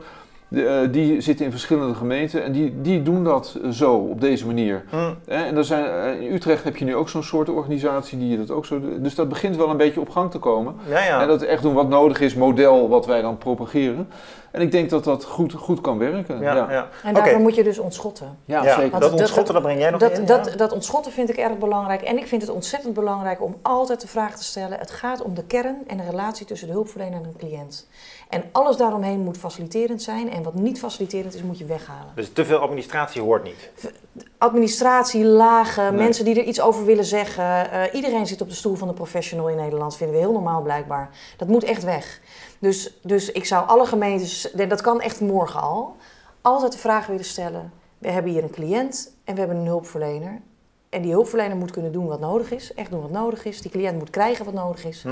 Die zitten in verschillende gemeenten en die doen dat zo, op deze manier. En in Utrecht heb je nu ook zo'n soort organisatie die dat ook zo doet. Dus dat begint wel een beetje op gang te komen. En dat echt doen wat nodig is, model wat wij dan propageren. En ik denk dat dat goed kan werken. En daarvoor moet je dus ontschotten. Ja, zeker. Dat ontschotten, dat breng jij nog in? Dat ontschotten vind ik erg belangrijk. En ik vind het ontzettend belangrijk om altijd de vraag te stellen. Het gaat om de kern en de relatie tussen de hulpverlener en de cliënt. En alles daaromheen moet faciliterend zijn. En wat niet faciliterend is, moet je weghalen. Dus te veel administratie hoort niet? Administratie, lagen, mensen die er iets over willen zeggen. Iedereen zit op de stoel van de professional in Nederland. Vinden we heel normaal blijkbaar. Dat moet echt weg. Dus ik zou alle gemeentes, dat kan echt morgen al, altijd de vraag willen stellen. We hebben hier een cliënt en we hebben een hulpverlener. En die hulpverlener moet kunnen doen wat nodig is, echt doen wat nodig is. Die cliënt moet krijgen wat nodig is.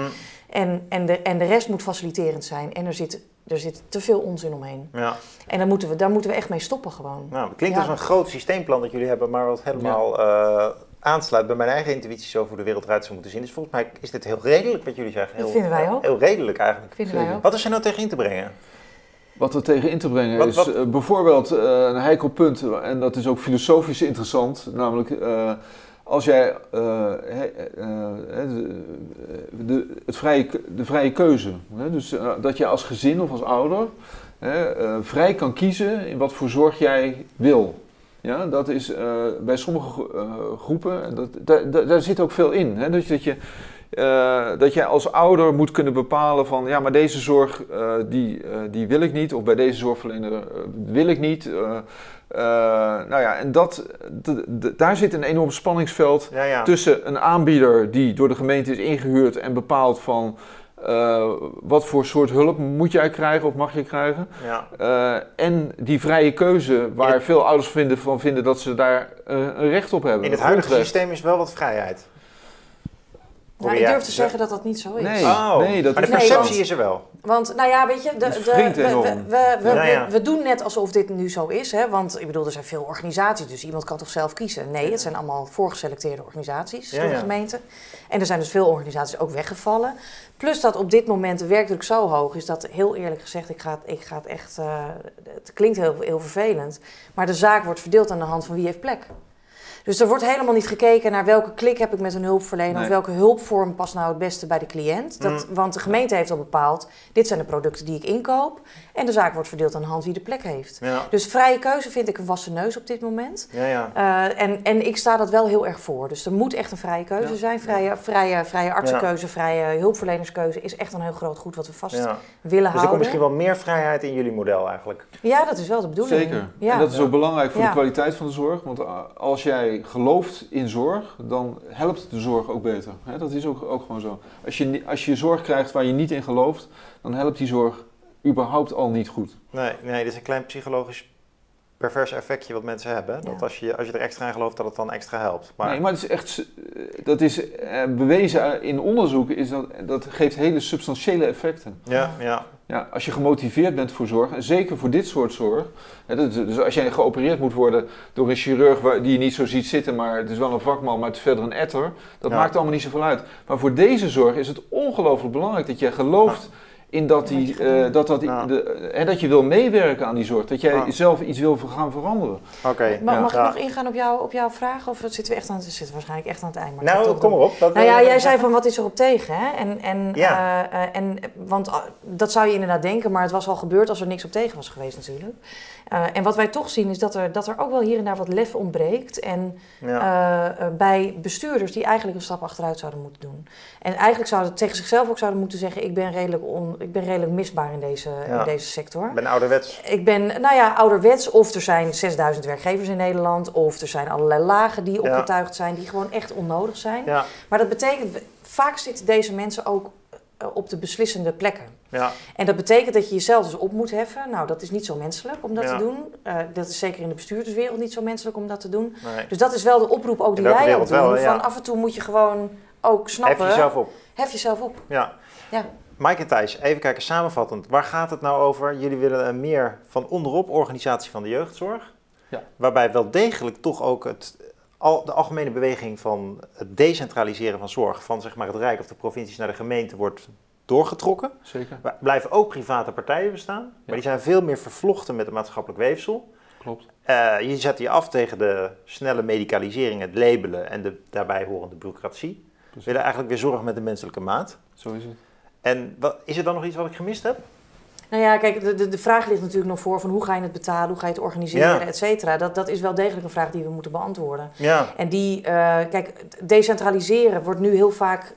En de rest moet faciliterend zijn. En er zit te veel onzin omheen. Ja. En daar moeten we echt mee stoppen gewoon. Nou, het klinkt als een groot systeemplan dat jullie hebben, maar wat helemaal aansluit bij mijn eigen intuïtie zo voor de wereld eruit zou moeten zien. Dus volgens mij is dit heel redelijk wat jullie zeggen. Dat vinden wij ook. Heel redelijk eigenlijk. Vinden wij ook. Wat is er nou tegen in te brengen? Wat er tegen in te brengen is bijvoorbeeld een heikel punt, en dat is ook filosofisch interessant, namelijk als jij de vrije keuze, dus dat je als gezin of als ouder vrij kan kiezen in wat voor zorg jij wil. Ja, dat is bij sommige groepen, daar zit ook veel in. Hè? Dus dat jij als ouder moet kunnen bepalen van, ja, maar deze zorg die wil ik niet, of bij deze zorgverlener wil ik niet. En daar zit een enorm spanningsveld tussen een aanbieder die door de gemeente is ingehuurd en bepaalt van wat voor soort hulp moet jij krijgen of mag je krijgen. En die vrije keuze waar veel ouders vinden dat ze daar een recht op hebben. In het huidige systeem is wel wat vrijheid. Nou, ik durf te zeggen dat dat niet zo is. Nee, maar de perceptie is er wel. Want, nou ja, weet je, we doen net alsof dit nu zo is. Hè? Want, ik bedoel, er zijn veel organisaties, dus iemand kan toch zelf kiezen? Nee, het zijn allemaal voorgeselecteerde organisaties door de gemeente. En er zijn dus veel organisaties ook weggevallen. Plus dat op dit moment de werkdruk zo hoog is dat, heel eerlijk gezegd, ik ga het echt... het klinkt heel vervelend, maar de zaak wordt verdeeld aan de hand van wie heeft plek. Dus er wordt helemaal niet gekeken naar welke klik heb ik met een hulpverlener of welke hulpvorm past nou het beste bij de cliënt. Want de gemeente heeft al bepaald, dit zijn de producten die ik inkoop. En de zaak wordt verdeeld aan de hand wie de plek heeft. Ja. Dus vrije keuze vind ik een wassen neus op dit moment. En ik sta dat wel heel erg voor. Dus er moet echt een vrije keuze zijn. Vrije artsenkeuze, vrije hulpverlenerskeuze is echt een heel groot goed wat we vast willen houden. Dus er komt misschien wel meer vrijheid in jullie model eigenlijk? Ja, dat is wel de bedoeling. Zeker. Ja. En dat is ook belangrijk voor de kwaliteit van de zorg. Want als jij jij gelooft in zorg, dan helpt de zorg ook beter. Hè, dat is ook gewoon zo. Als je zorg krijgt waar je niet in gelooft, dan helpt die zorg überhaupt al niet goed. Nee, dit is een klein psychologisch pervers effectje wat mensen hebben. Ja. Dat als je er extra in gelooft, dat het dan extra helpt. Nee, maar het is echt, dat is bewezen in onderzoek, dat geeft hele substantiële effecten. Ja. Ja, als je gemotiveerd bent voor zorg, en zeker voor dit soort zorg, dus als jij geopereerd moet worden door een chirurg die je niet zo ziet zitten, maar het is wel een vakman, maar het is verder een etter, dat maakt allemaal niet zoveel uit. Maar voor deze zorg is het ongelooflijk belangrijk dat jij gelooft in dat je wil meewerken aan die zorg, dat jij zelf iets wil gaan veranderen. Oké. Mag ik nog ingaan op jouw vraag? Of zitten we waarschijnlijk echt aan het eind? Maar Nou, kom maar op. Jij zei van wat is erop tegen? Hè? Want dat zou je inderdaad denken, maar het was al gebeurd als er niks op tegen was geweest natuurlijk. En wat wij toch zien is dat er ook wel hier en daar wat lef ontbreekt. En bij bestuurders die eigenlijk een stap achteruit zouden moeten doen. En eigenlijk zouden tegen zichzelf ook zouden moeten zeggen, ik ben redelijk misbaar in deze sector. Ik ben ouderwets. Ik ben, ouderwets, of er zijn 6000 werkgevers in Nederland, of er zijn allerlei lagen die opgetuigd zijn, die gewoon echt onnodig zijn. Ja. Maar dat betekent, vaak zitten deze mensen ook op de beslissende plekken. Ja. En dat betekent dat je jezelf dus op moet heffen. Nou, dat is niet zo menselijk om dat te doen. Dat is zeker in de bestuurderswereld niet zo menselijk om dat te doen. Nee. Dus dat is wel de oproep ook die wij ook doen. Van af en toe moet je gewoon ook snappen. Hef jezelf op. Ja. Mike en Thijs, even kijken samenvattend. Waar gaat het nou over? Jullie willen een meer van onderop organisatie van de jeugdzorg. Ja. Waarbij wel degelijk toch ook de algemene beweging van het decentraliseren van zorg van zeg maar het Rijk of de provincies naar de gemeente wordt doorgetrokken. Zeker. Er blijven ook private partijen bestaan, maar die zijn veel meer vervlochten met het maatschappelijk weefsel. Klopt. Je zet je af tegen de snelle medicalisering, het labelen en de daarbij horende bureaucratie. We willen eigenlijk weer zorg met de menselijke maat. Zo is het. En is er dan nog iets wat ik gemist heb? Nou ja, kijk, de vraag ligt natuurlijk nog voor van hoe ga je het betalen, hoe ga je het organiseren, et cetera. Dat is wel degelijk een vraag die we moeten beantwoorden. Ja. En kijk, decentraliseren wordt nu heel vaak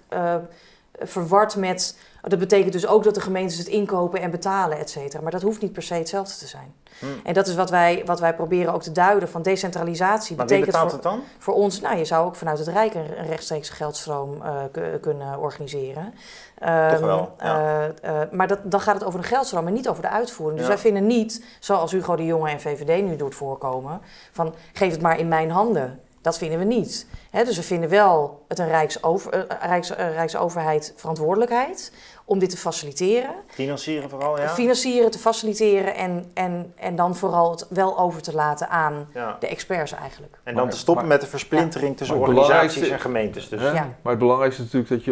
verward met, dat betekent dus ook dat de gemeentes het inkopen en betalen, et cetera. Maar dat hoeft niet per se hetzelfde te zijn. En dat is wat wij proberen ook te duiden van decentralisatie. Maar wie betaalt het dan? Voor ons, je zou ook vanuit het Rijk een rechtstreekse geldstroom kunnen organiseren. Toch wel, maar dan gaat het over de geldstroom en niet over de uitvoering. Dus wij vinden niet, zoals Hugo de Jonge en VVD nu doet voorkomen, van geef het maar in mijn handen. Dat vinden we niet. Dus we vinden wel het een Rijksoverheid verantwoordelijkheid om dit te faciliteren. Financieren vooral, ja. Financieren, te faciliteren en dan vooral het wel over te laten aan de experts eigenlijk. En dan te stoppen met de versplintering tussen organisaties en gemeentes. Dus. Ja. Maar het belangrijkste is natuurlijk dat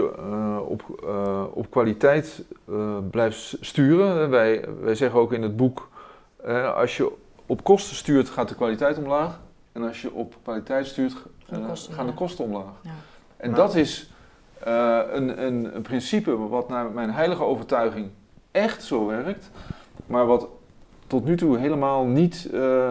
je op kwaliteit blijft sturen. Wij zeggen ook in het boek, als je op kosten stuurt gaat de kwaliteit omlaag. En als je op kwaliteit stuurt, gaan de kosten omlaag. Ja. En dat is een principe wat naar mijn heilige overtuiging echt zo werkt, maar wat tot nu toe helemaal niet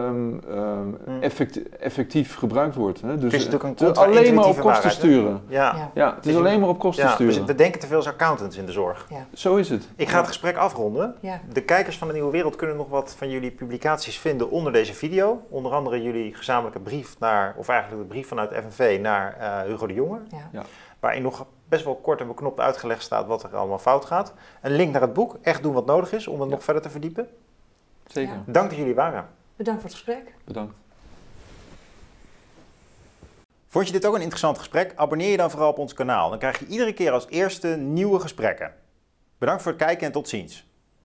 effectief gebruikt wordt. Hè. Dus het is alleen maar op kosten sturen. Ja, het is alleen maar op kosten sturen. We denken te veel als accountants in de zorg. Ja. Zo is het. Ik ga het gesprek afronden. Ja. De kijkers van de Nieuwe Wereld kunnen nog wat van jullie publicaties vinden onder deze video. Onder andere jullie gezamenlijke brief of eigenlijk de brief vanuit FNV naar Hugo de Jonge. Ja. Waarin nog best wel kort en beknopt uitgelegd staat wat er allemaal fout gaat. Een link naar het boek, Echt doen wat nodig is, om het nog verder te verdiepen. Zeker. Ja. Dank dat jullie waren. Bedankt voor het gesprek. Bedankt. Vond je dit ook een interessant gesprek? Abonneer je dan vooral op ons kanaal. Dan krijg je iedere keer als eerste nieuwe gesprekken. Bedankt voor het kijken en tot ziens.